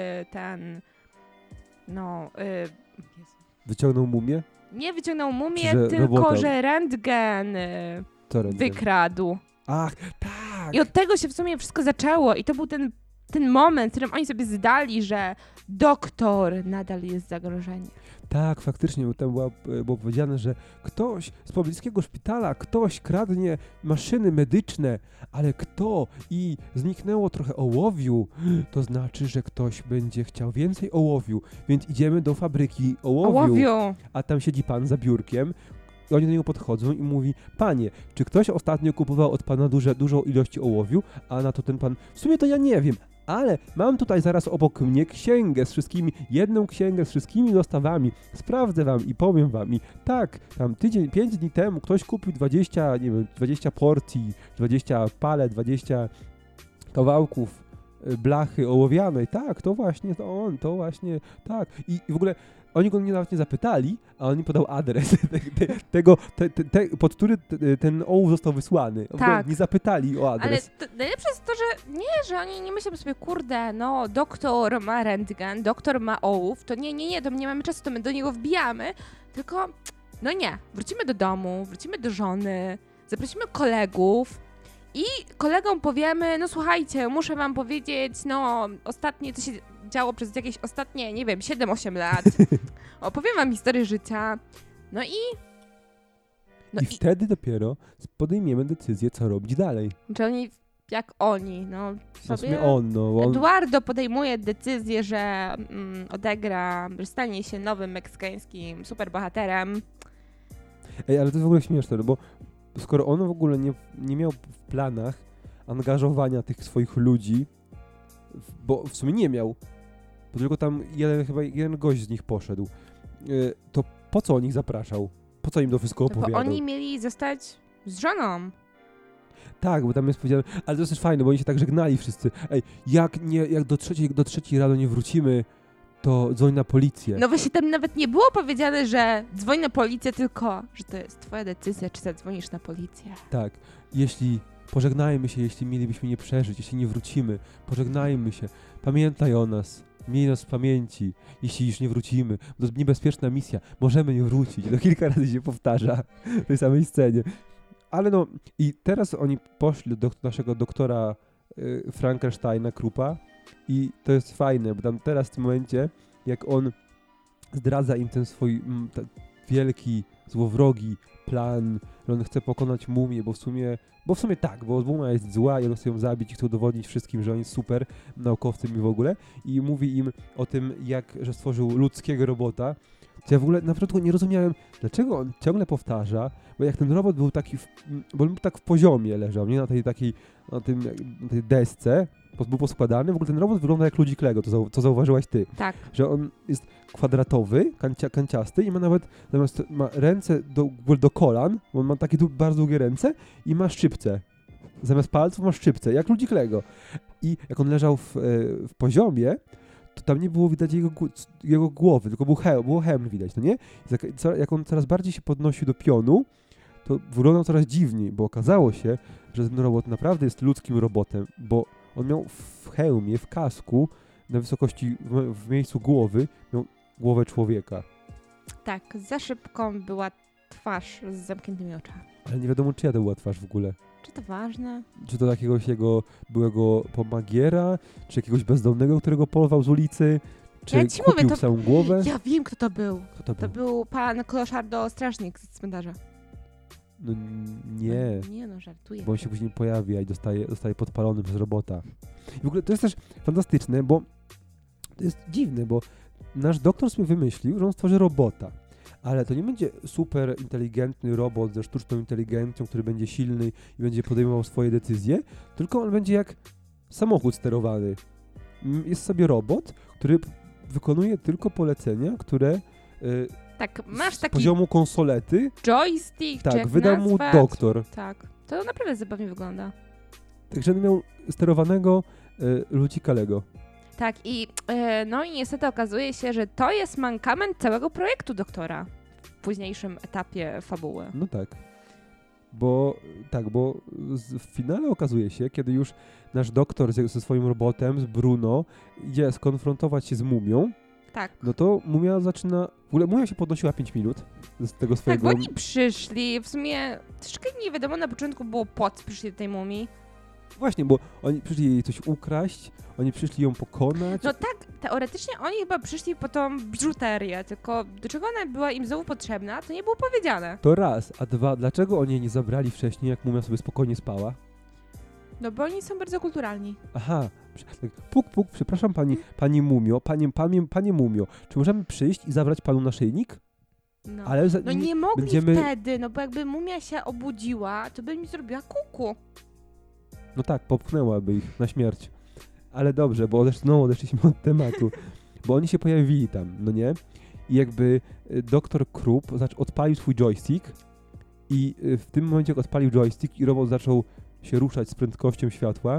Wyciągnął mumię? nie wyciągnął mumię, Że tylko robota. że rentgen Co rentgen? wykradł. Ach, tak! I od tego się w sumie wszystko zaczęło i to był ten moment, w którym oni sobie zdali, że doktor nadal jest zagrożeniem. Tak, faktycznie, bo tam było powiedziane, że ktoś z pobliskiego szpitala, ktoś kradnie maszyny medyczne, ale kto? I zniknęło trochę ołowiu, to znaczy, że ktoś będzie chciał więcej ołowiu, więc idziemy do fabryki ołowiu. A tam siedzi pan za biurkiem, i oni do niego podchodzą i mówi, panie, czy ktoś ostatnio kupował od pana dużą ilość ołowiu? A na to ten pan, w sumie to ja nie wiem, ale mam tutaj zaraz obok mnie jedną księgę z wszystkimi dostawami. Sprawdzę wam i powiem wam. I tak, tam 5 dni temu ktoś kupił 20 porcji, 20 palet, 20 kawałków blachy ołowianej. Tak, to właśnie to właśnie, tak. I w ogóle oni go nawet nie zapytali, a on im podał adres pod który ten ołów został wysłany. Tak. Nie zapytali o adres. Ale najlepsze jest to, że oni nie myślą sobie, kurde, no doktor ma rentgen, doktor ma ołów, to nie, to my nie mamy czasu, to my do niego wbijamy, tylko no nie, wrócimy do domu, wrócimy do żony, zaprosimy kolegów i kolegom powiemy, no słuchajcie, muszę wam powiedzieć, no ostatnie, co się działo przez jakieś ostatnie, nie wiem, 7-8 lat. Opowiem wam historię życia. I wtedy dopiero podejmiemy decyzję, co robić dalej. oni, W sumie on. Eduardo podejmuje decyzję, że że stanie się nowym meksykańskim superbohaterem. Ej, ale to jest w ogóle śmieszne, no bo skoro on w ogóle nie miał w planach angażowania tych swoich ludzi, bo w sumie nie miał, bo tylko tam jeden gość z nich poszedł, to po co on ich zapraszał? Po co im to wszystko opowiadał? Bo oni mieli zostać z żoną. Tak, bo tam jest powiedziane, ale to jest też fajne, bo oni się tak żegnali wszyscy. Ej, jak do trzeciej rano nie wrócimy, to dzwoń na policję. No właśnie tam nawet nie było powiedziane, że dzwoń na policję, tylko że to jest twoja decyzja, czy zadzwonisz na policję. Tak, pożegnajmy się, jeśli mielibyśmy nie przeżyć, jeśli nie wrócimy, pożegnajmy się, pamiętaj o nas, miej nas w pamięci, jeśli już nie wrócimy, to jest niebezpieczna misja, możemy nie wrócić, to kilka razy się powtarza w tej samej scenie. Ale i teraz oni poszli do naszego doktora Frankensteina Kruppa i to jest fajne, bo tam teraz w tym momencie, jak on zdradza im ten swój wielki, złowrogi plan, że on chce pokonać mumię, bo w sumie tak, bo mumia jest zła i on chce ją zabić i chce udowodnić wszystkim, że on jest super naukowcem i w ogóle i mówi im o tym, że stworzył ludzkiego robota, To ja w ogóle na początku nie rozumiałem, dlaczego on ciągle powtarza, bo jak ten robot był taki, bo on był tak w poziomie leżał, nie? Na tej desce, był poskładany, w ogóle ten robot wygląda jak ludzik Lego, to zauważyłaś ty. Tak. Że on jest kwadratowy, kanciasty i ma nawet, ma ręce do kolan, bo on ma takie bardzo długie ręce i ma szczypce. Zamiast palców ma szczypce, jak ludzik Lego. I jak on leżał w poziomie, to tam nie było widać jego głowy, tylko było hełm widać, no nie? I jak on coraz bardziej się podnosił do pionu, to wyglądał coraz dziwniej, bo okazało się, że ten robot naprawdę jest ludzkim robotem, bo on miał w hełmie, w kasku, na wysokości, w miejscu głowy, miał głowę człowieka. Tak, za szybką była twarz z zamkniętymi oczami. Ale nie wiadomo, czyja to była twarz w ogóle. Czy to ważne? Czy to jakiegoś jego byłego pomagiera, czy jakiegoś bezdomnego, którego porwał z ulicy, czy ja ci kupił mówię, całą głowę? Ja wiem, kto to był. Kto to był? To był pan Kloszardo Strażnik z cmentarza. No nie. No, nie no, żartuję. Bo on się później pojawia i zostaje podpalony przez robota. I w ogóle to jest też fantastyczne, bo to jest dziwne, bo nasz doktor sobie wymyślił, że on stworzy robota. Ale to nie będzie super inteligentny robot ze sztuczną inteligencją, który będzie silny i będzie podejmował swoje decyzje, tylko on będzie jak samochód sterowany. Jest sobie robot, który wykonuje tylko polecenia, które tak, masz z taki poziomu konsolety joystick, czy tak, jak wydał mu nazwać. doktor. Tak, to naprawdę zabawnie wygląda. Także on miał sterowanego ludzika Lego. Tak, i no i niestety okazuje się, że to jest mankament całego projektu doktora w późniejszym etapie fabuły. No tak. Bo w finale okazuje się, kiedy już nasz doktor ze swoim robotem, z Bruno, idzie skonfrontować się z mumią, tak. No to mumia zaczyna... W ogóle mumia się podnosiła 5 minut z tego swojego... Tak, bo oni przyszli, w sumie troszkę nie wiadomo na początku było po co przyszli do tej mumii. Właśnie, bo oni przyszli jej coś ukraść, oni przyszli ją pokonać. No tak, teoretycznie oni chyba przyszli po tą biżuterię, tylko do czego ona była im znowu potrzebna, to nie było powiedziane. To raz, a dwa, dlaczego oni jej nie zabrali wcześniej, jak mumia sobie spokojnie spała? No bo oni są bardzo kulturalni. Aha, tak, puk, przepraszam pani mumio, panie mumio, czy możemy przyjść i zabrać panu naszyjnik? No, Ale no nie mogli wtedy, no bo jakby mumia się obudziła, to by mi zrobiła kuku. No tak, popchnęłaby ich na śmierć. Ale dobrze, bo znowu odeszliśmy od tematu. Bo oni się pojawili tam, no nie? I jakby doktor Krupp odpalił swój joystick i w tym momencie, jak odpalił joystick i robot zaczął się ruszać z prędkością światła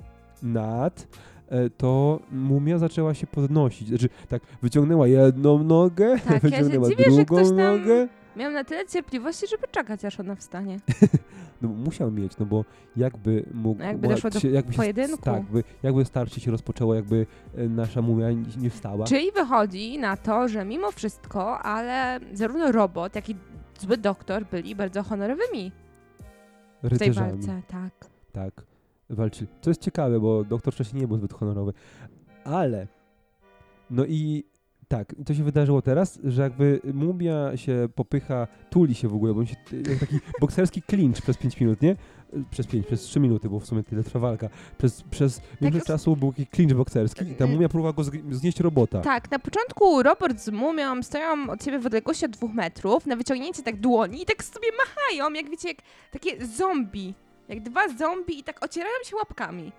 to mumia zaczęła się podnosić. Znaczy, tak, wyciągnęła jedną nogę, tak, wyciągnęła ja się dziwię, drugą że ktoś tam nogę. Miał na tyle cierpliwości, żeby czekać, aż ona wstanie. No musiał mieć, no bo jakby mógł... No jakby doszło do pojedynku. Jakby starcie się rozpoczęło, jakby nasza mumia nie wstała. Czyli wychodzi na to, że mimo wszystko, ale zarówno robot, jak i zły doktor byli bardzo honorowymi w tej walce. Tak, walczyli. Co jest ciekawe, bo doktor wcześniej nie był zbyt honorowy. Ale, no i tak, to się wydarzyło teraz, że jakby mumia się popycha, tuli się w ogóle, bo on się jak taki bokserski clinch przez 5 minut, nie? Przez 3 minuty, bo w sumie tyle trwa walka. Przez większość czasu był taki clinch bokserski i ta mumia próbowała go znieść robota. Tak, na początku robot z mumią stoją od siebie w odległości od 2 metrów, na wyciągnięcie tak dłoni i tak sobie machają, jak wiecie, jak takie zombie. Jak 2 zombie i tak ocierają się łapkami.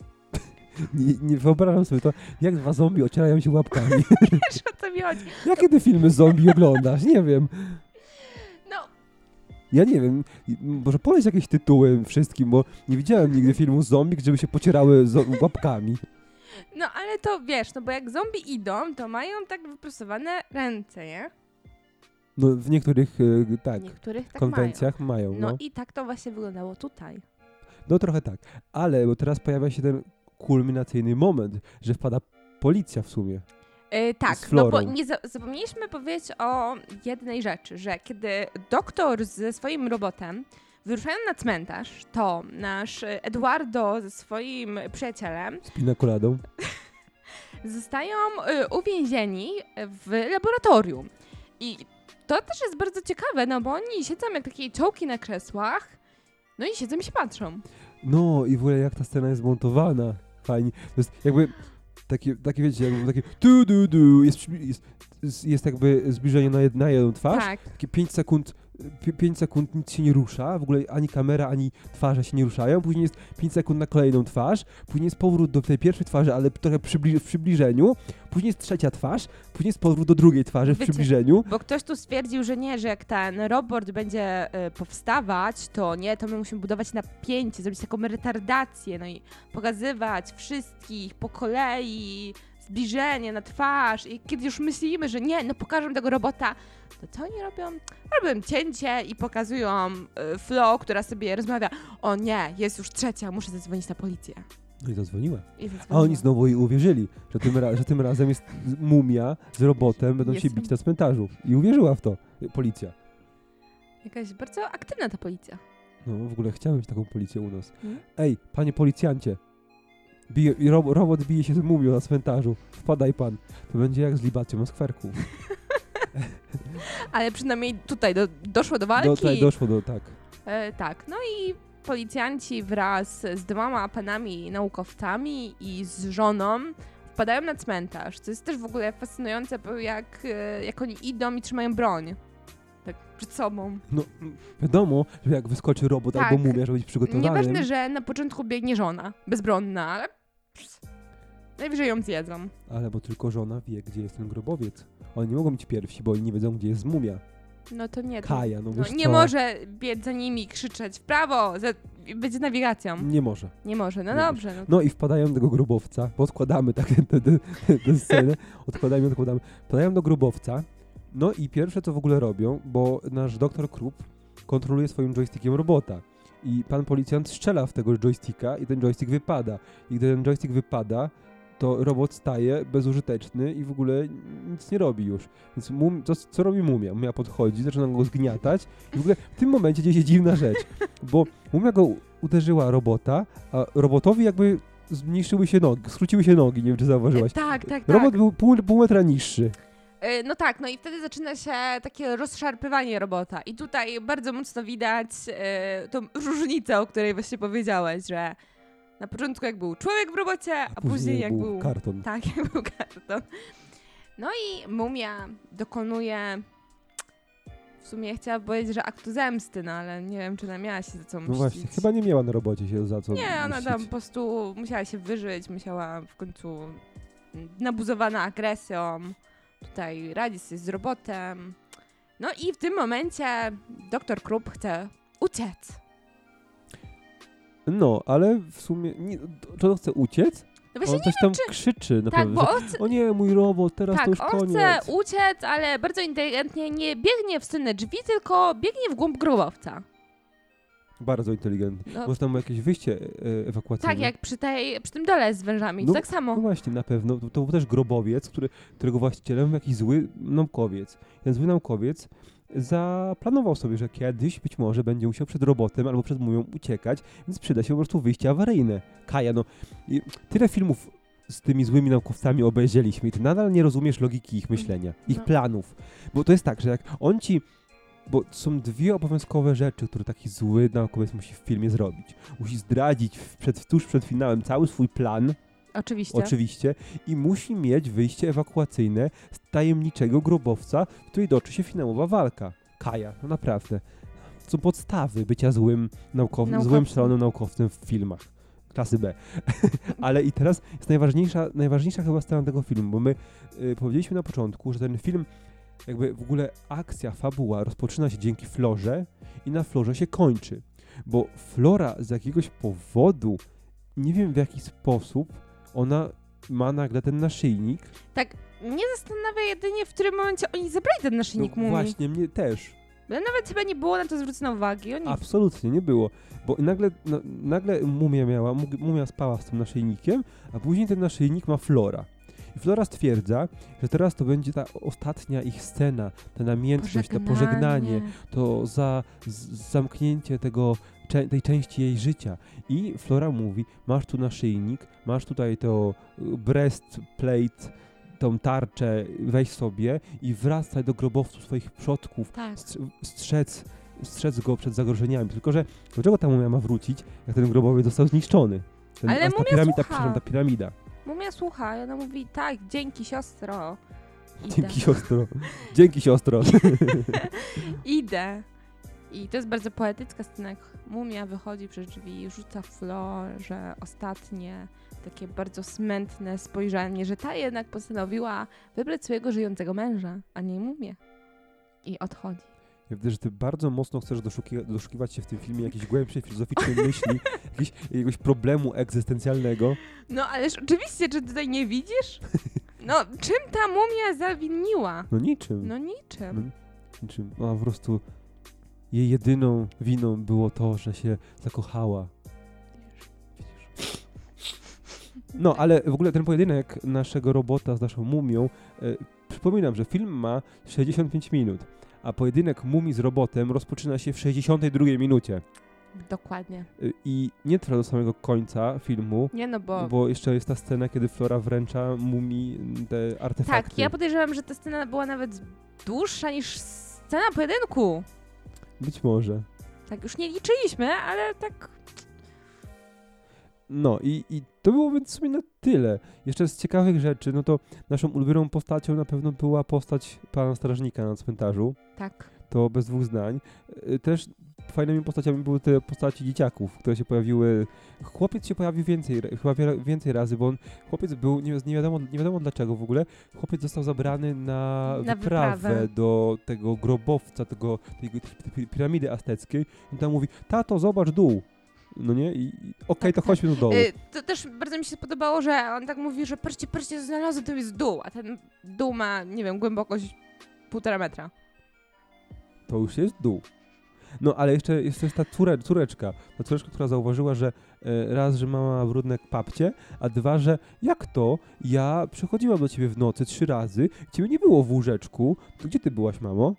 Nie wyobrażam sobie to, jak 2 zombie ocierają się łapkami. Wiesz, o co mi chodzi. Jakie ty filmy z zombie oglądasz? Nie wiem. No. Ja nie wiem, może poleć jakieś tytuły wszystkim, bo nie widziałem nigdy filmu z zombie, gdzie by się pocierały łapkami. No ale to wiesz, no bo jak zombie idą, to mają tak wyprostowane ręce, nie? No w niektórych, tak, niektórych tak konwencjach mają. No i tak to właśnie wyglądało tutaj. No trochę tak, ale bo teraz pojawia się ten kulminacyjny moment, że wpada policja w sumie. Tak, no bo nie zapomnieliśmy powiedzieć o jednej rzeczy, że kiedy doktor ze swoim robotem wyruszają na cmentarz, to nasz Eduardo ze swoim przyjacielem z pinakoladą zostają uwięzieni w laboratorium. I to też jest bardzo ciekawe, no bo oni siedzą jak takie czołki na krzesłach, no i siedzą i się patrzą. No i w ogóle jak ta scena jest zmontowana, fajnie. To jest jakby takie wiecie, jakby takie jest jakby zbliżenie na jedną twarz, Tak. takie 5 sekund nic się nie rusza, w ogóle ani kamera, ani twarze się nie ruszają, później jest 5 sekund na kolejną twarz, później jest powrót do tej pierwszej twarzy, ale trochę w przybliżeniu, później jest trzecia twarz, później jest powrót do drugiej twarzy w przybliżeniu. Bo ktoś tu stwierdził, że nie, że jak ten robot będzie powstawać, to nie, to my musimy budować napięcie, zrobić taką retardację, no i pokazywać wszystkich po kolei, zbliżenie na twarz i kiedy już myślimy, że nie, no pokażę tego robota, to co oni robią? Robią cięcie i pokazują Flo, która sobie rozmawia, o nie, jest już trzecia, muszę zadzwonić na policję. No i zadzwoniła. A oni znowu jej uwierzyli, że tym razem jest mumia z robotem, będą się bić na cmentarzu. I uwierzyła w to policja. Jakaś bardzo aktywna ta policja. No w ogóle chciałem mieć taką policję u nas. Ej, panie policjancie, robot bije się z mumią na cmentarzu. Wpadaj pan. To będzie jak z libacją na skwerku. Ale przynajmniej tutaj doszło do walki. Tutaj doszło do, tak. Tak, no i policjanci wraz z 2 panami naukowcami i z żoną wpadają na cmentarz, co jest też w ogóle fascynujące, bo jak oni idą i trzymają broń. Tak przed sobą. No wiadomo, że jak wyskoczy robot tak. albo mumia, żeby być przygotowany. Nieważne, że na początku biegnie żona, bezbronna, ale najwyżej ją zjedzą. Ale bo tylko żona wie, gdzie jest ten grobowiec. Oni nie mogą być pierwsi, bo oni nie wiedzą, gdzie jest mumia. No to nie. Kaja, no wiesz nie co? może biec za nimi, krzyczeć w prawo, być nawigacją. Nie może. Nie może, no nie dobrze. Może. No i wpadają do tego grobowca, bo odkładamy tak tę scenę, odkładamy. Wpadają do grobowca, no i pierwsze co w ogóle robią, bo nasz doktor Krupp kontroluje swoim joystickiem robota. I pan policjant strzela w tego joysticka i ten joystick wypada. I gdy ten joystick wypada, to robot staje bezużyteczny i w ogóle nic nie robi już. Więc co robi mumia? Mumia podchodzi, zaczyna go zgniatać i w ogóle w tym momencie dzieje się dziwna rzecz, bo mumia go uderzyła robota, a robotowi jakby zmniejszyły się nogi, skróciły się nogi, nie wiem czy zauważyłaś. Tak. Robot był pół metra niższy. No tak, no i wtedy zaczyna się takie rozszarpywanie robota i tutaj bardzo mocno widać tą różnicę, o której właśnie powiedziałeś, że na początku jak był człowiek w robocie, a później jak był karton. Tak, jak był karton. No i mumia dokonuje, w sumie chciałam powiedzieć, że aktu zemsty, no ale nie wiem, czy ona miała się za co mścić. No właśnie, chyba nie miała na robocie się za co Nie, ona mścić. tam po prostu musiała się wyżyć, musiała w końcu nabuzowana agresją tutaj radzić sobie z robotem. No i w tym momencie doktor Krupp chce uciec. No, ale w sumie, czy on chce uciec? No właśnie on coś tam krzyczy na tak, pewno, bo że, on chce, o nie, mój robot, teraz tak, to już on koniec. chce uciec, ale bardzo inteligentnie nie biegnie w stronę drzwi, tylko biegnie w głąb grobowca. Bardzo inteligentny. No. Może tam jakieś wyjście ewakuacyjne. Tak, jak przy tym dole z wężami, no, tak samo. No właśnie, na pewno. To był też grobowiec, którego właścicielem był jakiś zły naukowiec. Ten zły naukowiec zaplanował sobie, że kiedyś być może będzie musiał przed robotem albo przed mumią uciekać, więc przyda się po prostu wyjście awaryjne. Kaja, no tyle filmów z tymi złymi naukowcami obejrzeliśmy i ty nadal nie rozumiesz logiki ich myślenia, ich planów. Bo to jest tak, że jak on ci... Bo są 2 obowiązkowe rzeczy, które taki zły naukowiec musi w filmie zrobić. Musi zdradzić tuż przed finałem cały swój plan. Oczywiście. I musi mieć wyjście ewakuacyjne z tajemniczego grobowca, w której toczy się finałowa walka. Kaja, no naprawdę. To są podstawy bycia złym złym szalonym naukowcem w filmach. Klasy B. Ale i teraz jest najważniejsza chyba scena tego filmu, bo my powiedzieliśmy na początku, że ten film jakby w ogóle akcja, fabuła rozpoczyna się dzięki Florze i na Florze się kończy. Bo Flora z jakiegoś powodu, nie wiem w jaki sposób, ona ma nagle ten naszyjnik. Tak, mnie zastanawia jedynie, w którym momencie oni zabrali ten naszyjnik mumii. Właśnie, mnie też. Ale nawet chyba nie było na to zwrócone uwagi. Absolutnie nie było. Bo nagle mumia spała z tym naszyjnikiem, a później ten naszyjnik ma Flora. I Flora stwierdza, że teraz to będzie ta ostatnia ich scena, ta namiętność, to pożegnanie, to zamknięcie tej części jej życia. I Flora mówi, masz tu naszyjnik, masz tutaj to breastplate, tą tarczę, weź sobie i wracaj do grobowców swoich przodków, tak. strzec go przed zagrożeniami. Tylko, że dlaczego ta mumia ma wrócić, jak ten grobowiec został zniszczony? Ale ta piramida. Mumia słucha i ona mówi, tak, dzięki siostro. Idę. Dzięki siostro. Dzięki siostro. Idę. I to jest bardzo poetycka scena, jak mumia wychodzi przez drzwi, rzuca że ostatnie, takie bardzo smętne spojrzenie, że ta jednak postanowiła wybrać swojego żyjącego męża, a nie mumię. I odchodzi. Ja widzę, że ty bardzo mocno chcesz doszukiwać się w tym filmie jakiejś głębszej filozoficznej myśli, jakiegoś problemu egzystencjalnego. No ależ oczywiście, czy tutaj nie widzisz? No, czym ta mumia zawiniła? No niczym. No niczym. Niczym. A po prostu jej jedyną winą było to, że się zakochała. Widzisz. No, ale w ogóle ten pojedynek naszego robota z naszą mumią, przypominam, że film ma 65 minut, a pojedynek mumii z robotem rozpoczyna się w 62 minucie. Dokładnie. I nie trwa do samego końca filmu, Nie, no bo jeszcze jest ta scena, kiedy Flora wręcza mumii te artefakty. Tak, ja podejrzewam, że ta scena była nawet dłuższa niż scena pojedynku. Być może. Tak, już nie liczyliśmy, ale tak... No i to było więc w sumie na tyle. Jeszcze z ciekawych rzeczy, no to naszą ulubioną postacią na pewno była postać pana strażnika na cmentarzu. Tak. To bez dwóch zdań. Też fajnymi postaciami były te postaci dzieciaków, które się pojawiły. Chłopiec się pojawił chyba więcej razy, bo chłopiec był, nie wiadomo dlaczego w ogóle, chłopiec został zabrany na wyprawę do tego grobowca, tej piramidy azteckiej. I tam mówi, tato, zobacz dół. No nie? I okej, to chodźmy do dołu. To też bardzo mi się podobało, że on tak mówi, że patrzcie, znalazłem, to jest dół, a ten dół ma, nie wiem, głębokość 1,5 metra. To już jest dół. No, ale jeszcze jest ta córeczka, która zauważyła, że raz, że mama ma brudne papcie, a dwa, że jak to? Ja przychodziłam do ciebie w nocy 3 razy, ciebie nie było w łóżeczku, to gdzie ty byłaś, mamo?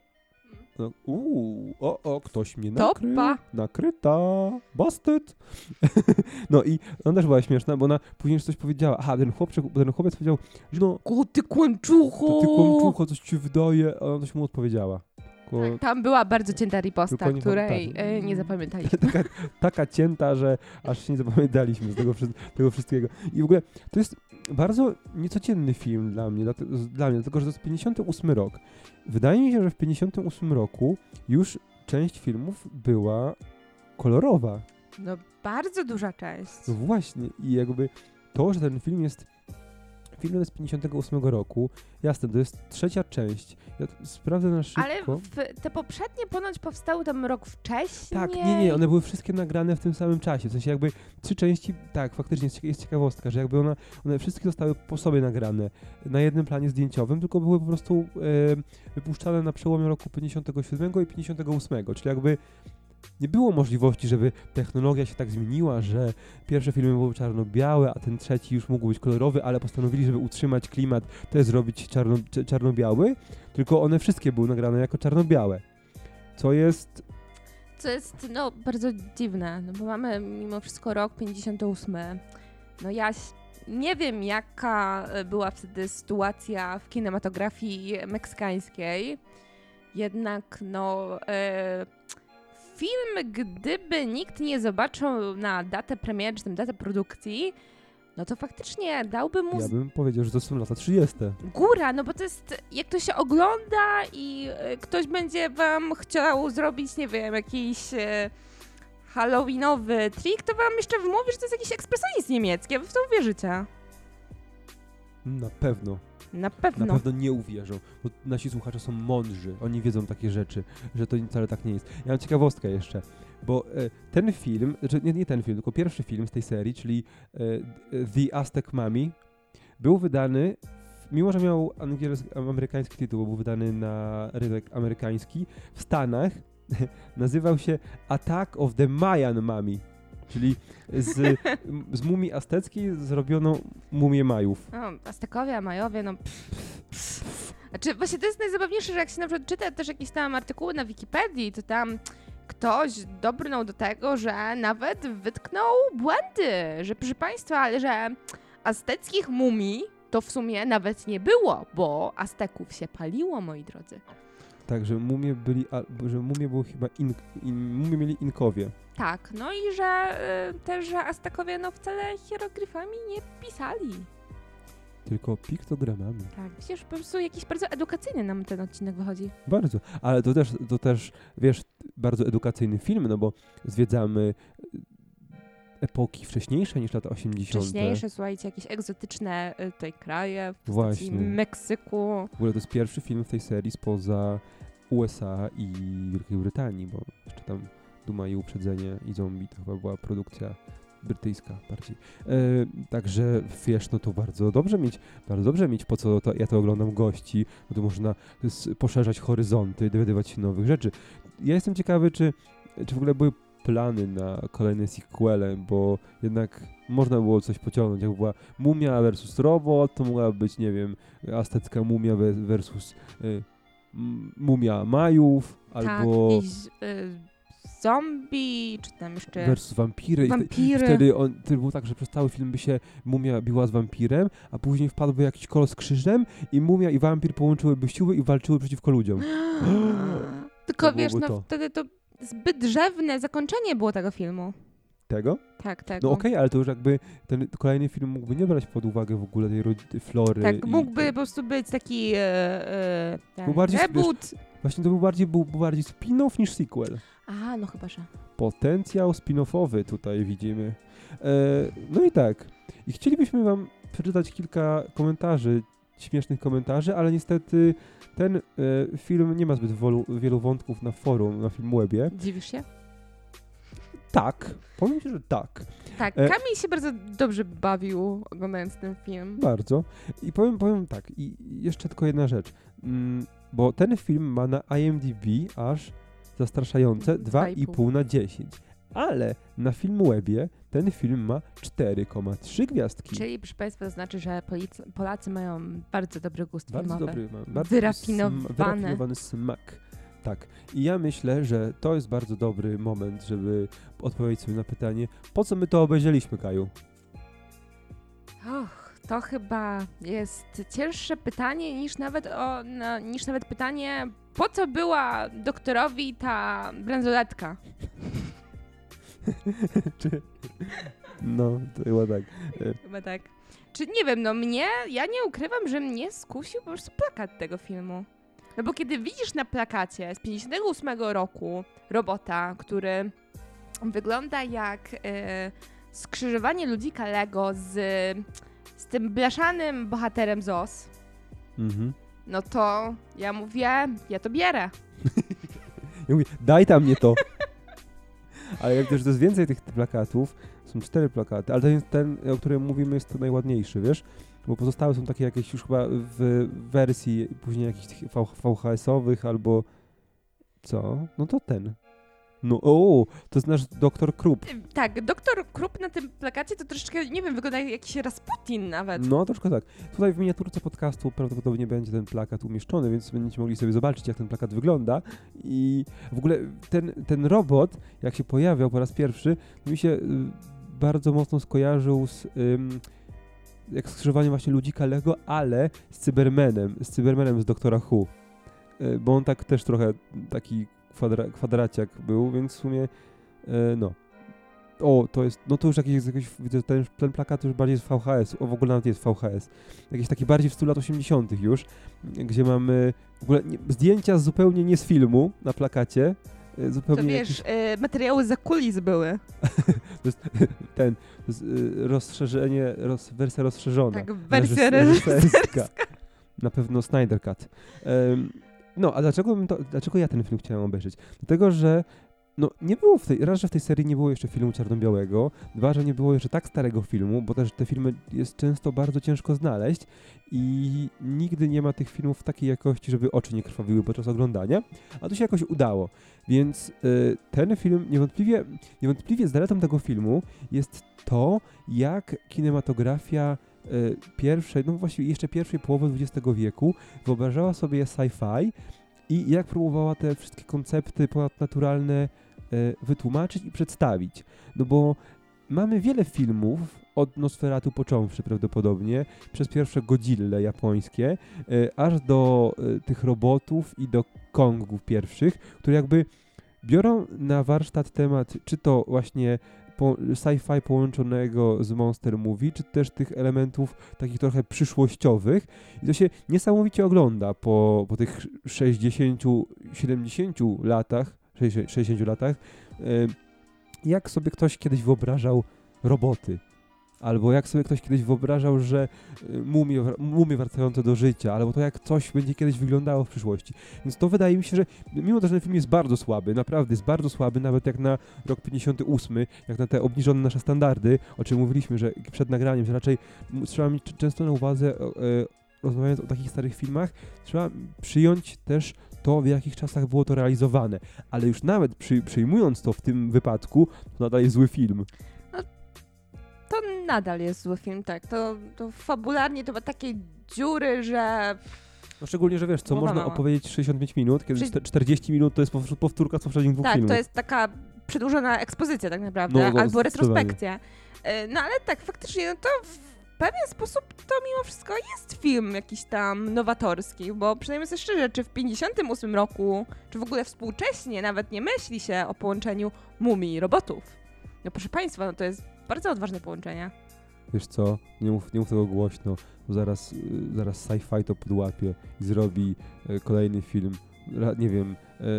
No, ktoś mnie nakryta, busted. No i ona też była śmieszna, bo ona później coś powiedziała. Aha, ten chłopiec powiedział, że no... Ty kłamczucho, coś ci wydaje, a ona coś mu odpowiedziała. Tak, tam była bardzo cięta riposta, której nie zapamiętaliśmy. Taka cięta, że aż się nie zapamiętaliśmy z tego wszystkiego. I w ogóle to jest bardzo niecodzienny film dla mnie, dlatego że to jest 58 rok. Wydaje mi się, że w 58 roku już część filmów była kolorowa. No bardzo duża część. No właśnie i jakby to, że ten film jest z 58 roku, jasne, to jest 3. część. Ja sprawdzę na szybko. Ale te poprzednie ponoć powstały tam rok wcześniej. Tak, nie, one były wszystkie nagrane w tym samym czasie. W sensie jakby 3 części, tak, faktycznie jest ciekawostka, że jakby one wszystkie zostały po sobie nagrane na jednym planie zdjęciowym, tylko były po prostu wypuszczane na przełomie roku 57 i 58, czyli jakby nie było możliwości, żeby technologia się tak zmieniła, że pierwsze filmy były czarno-białe, a ten trzeci już mógł być kolorowy, ale postanowili, żeby utrzymać klimat, też zrobić czarno-biały, tylko one wszystkie były nagrane jako czarno-białe. Co jest bardzo dziwne, no bo mamy mimo wszystko rok 58. No ja nie wiem, jaka była wtedy sytuacja w kinematografii meksykańskiej, jednak film, gdyby nikt nie zobaczył na datę premiery, czy tam datę produkcji, no to faktycznie dałby mu... Ja bym powiedział, że to są lata 30. Góra, no bo to jest, jak to się ogląda i ktoś będzie wam chciał zrobić, nie wiem, jakiś halloweenowy trik, to wam jeszcze wmówi, że to jest jakiś ekspresjonizm niemiecki, a wy w to uwierzycie. Na pewno. Na pewno nie uwierzą, bo nasi słuchacze są mądrzy, oni wiedzą takie rzeczy, że to wcale tak nie jest. Ja mam ciekawostkę jeszcze, bo ten film, nie ten film, tylko pierwszy film z tej serii, czyli The Aztec Mummy, był wydany, mimo że miał amerykański tytuł, był wydany na rynek amerykański, w Stanach nazywał się Attack of the Mayan Mummy. Czyli z mumii azteckiej zrobiono mumię Majów. Aztekowie, Majowie, Znaczy, właśnie to jest najzabawniejsze, że jak się na przykład czyta też jakieś tam artykuły na Wikipedii, to tam ktoś dobrnął do tego, że nawet wytknął błędy, że proszę Państwa, ale że azteckich mumii to w sumie nawet nie było, bo Azteków się paliło, moi drodzy. Tak, że mumie były chyba mumie mieli Inkowie. Tak, no i że też, że Aztekowie wcale hieroglifami nie pisali. tylko piktogramami. Tak, przecież po prostu jakiś bardzo edukacyjny nam ten odcinek wychodzi. Bardzo, ale to też, wiesz, bardzo edukacyjny film, no bo zwiedzamy epoki wcześniejsze niż lata 80. Wcześniejsze, słuchajcie, jakieś egzotyczne tutaj kraje, w Właśnie. Meksyku. W ogóle to jest pierwszy film w tej serii spoza USA i Wielkiej Brytanii, bo jeszcze tam Duma i Uprzedzenie i Zombie to chyba była produkcja brytyjska bardziej. Także wiesz, no to bardzo dobrze mieć, po co ja to oglądam gości, bo to można poszerzać horyzonty, dowiadywać się nowych rzeczy. Ja jestem ciekawy, czy w ogóle były plany na kolejne sequele, bo jednak można było coś pociągnąć. Jak była Mumia versus Robot, to mogła być, nie wiem, aztecka mumia versus Mumia Majów, albo... Tak, jakieś zombie, czy tam jeszcze... Versus wampiry. I wtedy było tak, że przez cały film by się mumia biła z wampirem, a później wpadłby jakiś kolos z krzyżem i mumia i wampir połączyłyby siły i walczyły przeciwko ludziom. Tylko wiesz, wtedy to zbyt drzewne zakończenie było tego filmu. Tego? Tak, tego. No okej, ale to już jakby ten kolejny film mógłby nie brać pod uwagę w ogóle tej flory. Tak, mógłby po prostu być taki reboot. Właśnie to był bardziej spin-off niż sequel. Aha, no chyba, że. Potencjał spin-offowy tutaj widzimy. No i tak. I chcielibyśmy wam przeczytać kilka śmiesznych komentarzy, ale niestety ten film nie ma zbyt wielu wątków na forum, na Filmwebie. Dziwisz się? Tak, powiem ci, że tak. Tak, Kamil się bardzo dobrze bawił oglądając ten film. Bardzo. I powiem tak, i jeszcze tylko jedna rzecz. Bo ten film ma na IMDb aż zastraszające 2,5 na 10. Ale na Filmwebie ten film ma 4,3 gwiazdki. Czyli, proszę Państwa, to znaczy, że Polacy mają bardzo dobry gust filmowy. Bardzo wyrafinowany smak. Tak. I ja myślę, że to jest bardzo dobry moment, żeby odpowiedzieć sobie na pytanie, po co my to obejrzeliśmy, Kaju? To chyba jest cięższe pytanie niż nawet pytanie, po co była doktorowi ta bransoletka? No, to chyba tak. Chyba tak. Czy nie wiem, ja nie ukrywam, że mnie skusił po prostu plakat tego filmu. No bo kiedy widzisz na plakacie z 58 roku robota, który wygląda jak skrzyżowanie ludzika Lego z tym blaszanym bohaterem ZOS, no to ja mówię, ja to bierę. Ja mówię, daj tam mnie to. Ale jak też to jest więcej tych plakatów, są 4 plakaty, ale ten, o którym mówimy, jest to najładniejszy, wiesz? Bo pozostałe są takie jakieś już chyba w wersji później jakichś VHS-owych albo co? No to ten. No, to jest nasz Dr. Krupp. Tak, Dr. Krupp na tym plakacie to troszeczkę, nie wiem, wygląda jak jakiś Rasputin nawet. No, troszkę tak. Tutaj w miniaturce podcastu prawdopodobnie będzie ten plakat umieszczony, więc będziecie mogli sobie zobaczyć, jak ten plakat wygląda. I w ogóle ten robot, jak się pojawiał po raz pierwszy, mi się bardzo mocno skojarzył z jak skrzyżowanie właśnie ludzika Lego, ale z Cybermanem z Doktora Who. Bo on tak też trochę taki kwadraciak był, więc w sumie to jest, no to już jakiś widzę, ten plakat już bardziej z VHS, w ogóle nawet jest VHS. Jakiś taki bardziej w stylu lat 80 już, gdzie mamy w ogóle zdjęcia zupełnie nie z filmu na plakacie. Zupełnie to wiesz, materiały za kulis były. To jest rozszerzenie, wersja rozszerzona. Tak, wersja reżyserska. Na pewno Snyder Cut. No, a dlaczego ja ten film chciałem obejrzeć? Dlatego, że nie było że w tej serii nie było jeszcze filmu czarno-białego, 2, że nie było jeszcze tak starego filmu, bo też te filmy jest często bardzo ciężko znaleźć i nigdy nie ma tych filmów w takiej jakości, żeby oczy nie krwawiły podczas oglądania, a to się jakoś udało. Więc ten film, niewątpliwie zaletą tego filmu jest to, jak kinematografia właściwie jeszcze pierwszej połowy XX wieku wyobrażała sobie sci-fi i jak próbowała te wszystkie koncepty ponadnaturalne wytłumaczyć i przedstawić. No bo mamy wiele filmów, od Nosferatu począwszy prawdopodobnie, przez pierwsze Godzille japońskie, aż do tych robotów i do Kongów pierwszych, które jakby biorą na warsztat temat, czy to właśnie sci-fi połączonego z Monster Movie, czy też tych elementów takich trochę przyszłościowych. I to się niesamowicie ogląda po tych 60-70 latach, 60 latach, jak sobie ktoś kiedyś wyobrażał roboty. Albo jak sobie ktoś kiedyś wyobrażał, że mumie wracające do życia, albo to jak coś będzie kiedyś wyglądało w przyszłości. Więc to wydaje mi się, że mimo to, że ten film jest bardzo słaby, naprawdę jest bardzo słaby, nawet jak na rok 58, jak na te obniżone nasze standardy, o czym mówiliśmy, że przed nagraniem, że raczej trzeba mieć często na uwadze, rozmawiając o takich starych filmach, trzeba przyjąć też to, w jakich czasach było to realizowane. Ale już nawet przyjmując to w tym wypadku, to nadal jest zły film. To nadal jest zły film, tak. To fabularnie to ma takie dziury, że... No szczególnie, że wiesz, co można opowiedzieć 65 minut, kiedy 40 minut to jest powtórka z poprzednich dwóch filmów. Tak, to jest taka przedłużona ekspozycja tak naprawdę, albo retrospekcja. No ale tak, faktycznie, no to w pewien sposób to mimo wszystko jest film jakiś tam nowatorski, bo przynajmniej sobie szczerze, czy w 58 roku, czy w ogóle współcześnie nawet nie myśli się o połączeniu mumii i robotów. No proszę Państwa, no to jest bardzo odważne połączenie. Wiesz co, nie mów tego głośno, bo zaraz sci-fi to podłapie i zrobi kolejny film, nie wiem,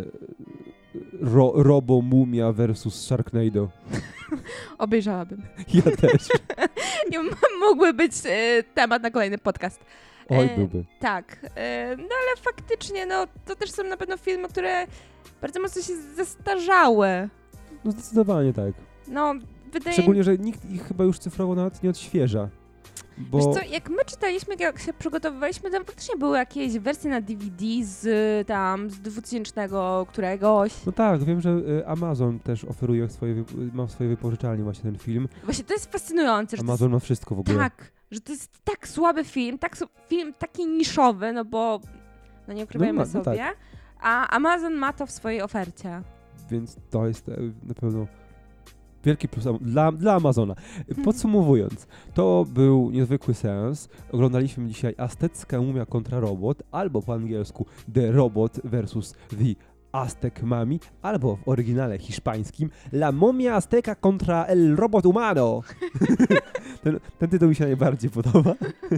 Robo Mumia versus Sharknado. Obejrzałabym. Ja też. Mógłby być temat na kolejny podcast. Oj, byłby. Tak, no ale faktycznie, no to też są na pewno filmy, które bardzo mocno się zestarzały. No zdecydowanie tak. No, szczególnie, że nikt ich chyba już cyfrowo nawet nie odświeża. Bo... Wiesz co, jak my czytaliśmy, jak się przygotowywaliśmy, tam faktycznie były jakieś wersje na DVD z 2000 któregoś. No tak, wiem, że Amazon też oferuje ma w swojej wypożyczalni właśnie ten film. Właśnie to jest fascynujące. Że Amazon ma wszystko w ogóle. Tak, że to jest tak słaby film, film taki niszowy, no bo no nie ukrywajmy sobie, tak. A Amazon ma to w swojej ofercie. Więc to jest na pewno wielki plus dla Amazona. Podsumowując, to był niezwykły seans. Oglądaliśmy dzisiaj Aztecka mumia kontra robot, albo po angielsku The Robot versus The Aztec Mummy, albo w oryginale hiszpańskim La Momia Azteca contra el Robot Humano. ten tytuł mi się najbardziej podoba.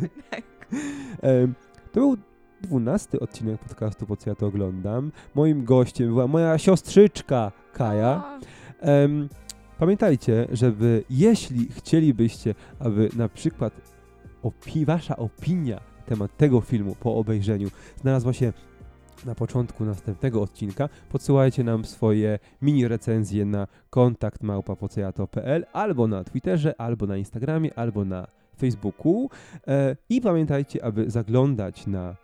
To był 12 odcinek podcastu Po co ja to oglądam. Moim gościem była moja siostrzyczka Kaja. Pamiętajcie, żeby jeśli chcielibyście, aby na przykład wasza opinia na temat tego filmu po obejrzeniu znalazła się na początku następnego odcinka, podsyłajcie nam swoje mini recenzje na kontakt@pocojato.pl albo na Twitterze, albo na Instagramie, albo na Facebooku. I pamiętajcie, aby zaglądać na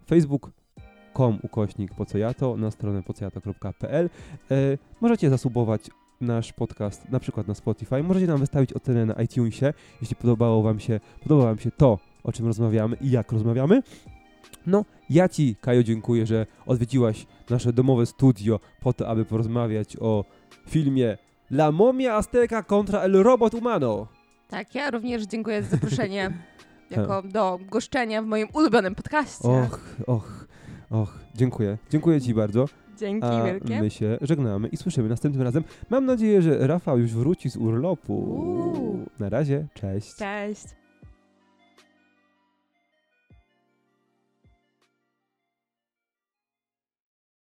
facebook.com/pocojato, na stronę pocojato.pl. Możecie zasubować nasz podcast na przykład na Spotify. Możecie nam wystawić ocenę na iTunesie, jeśli podoba wam się to, o czym rozmawiamy i jak rozmawiamy. No, ja Ci, Kajo, dziękuję, że odwiedziłaś nasze domowe studio po to, aby porozmawiać o filmie La Momia Azteca contra el Robot Humano. Tak, ja również dziękuję za zaproszenie do goszczenia w moim ulubionym podcaście. Och, dziękuję. Dziękuję Ci bardzo. Dzięki wielkie. My się żegnamy i słyszymy następnym razem. Mam nadzieję, że Rafał już wróci z urlopu. Na razie, cześć. Cześć.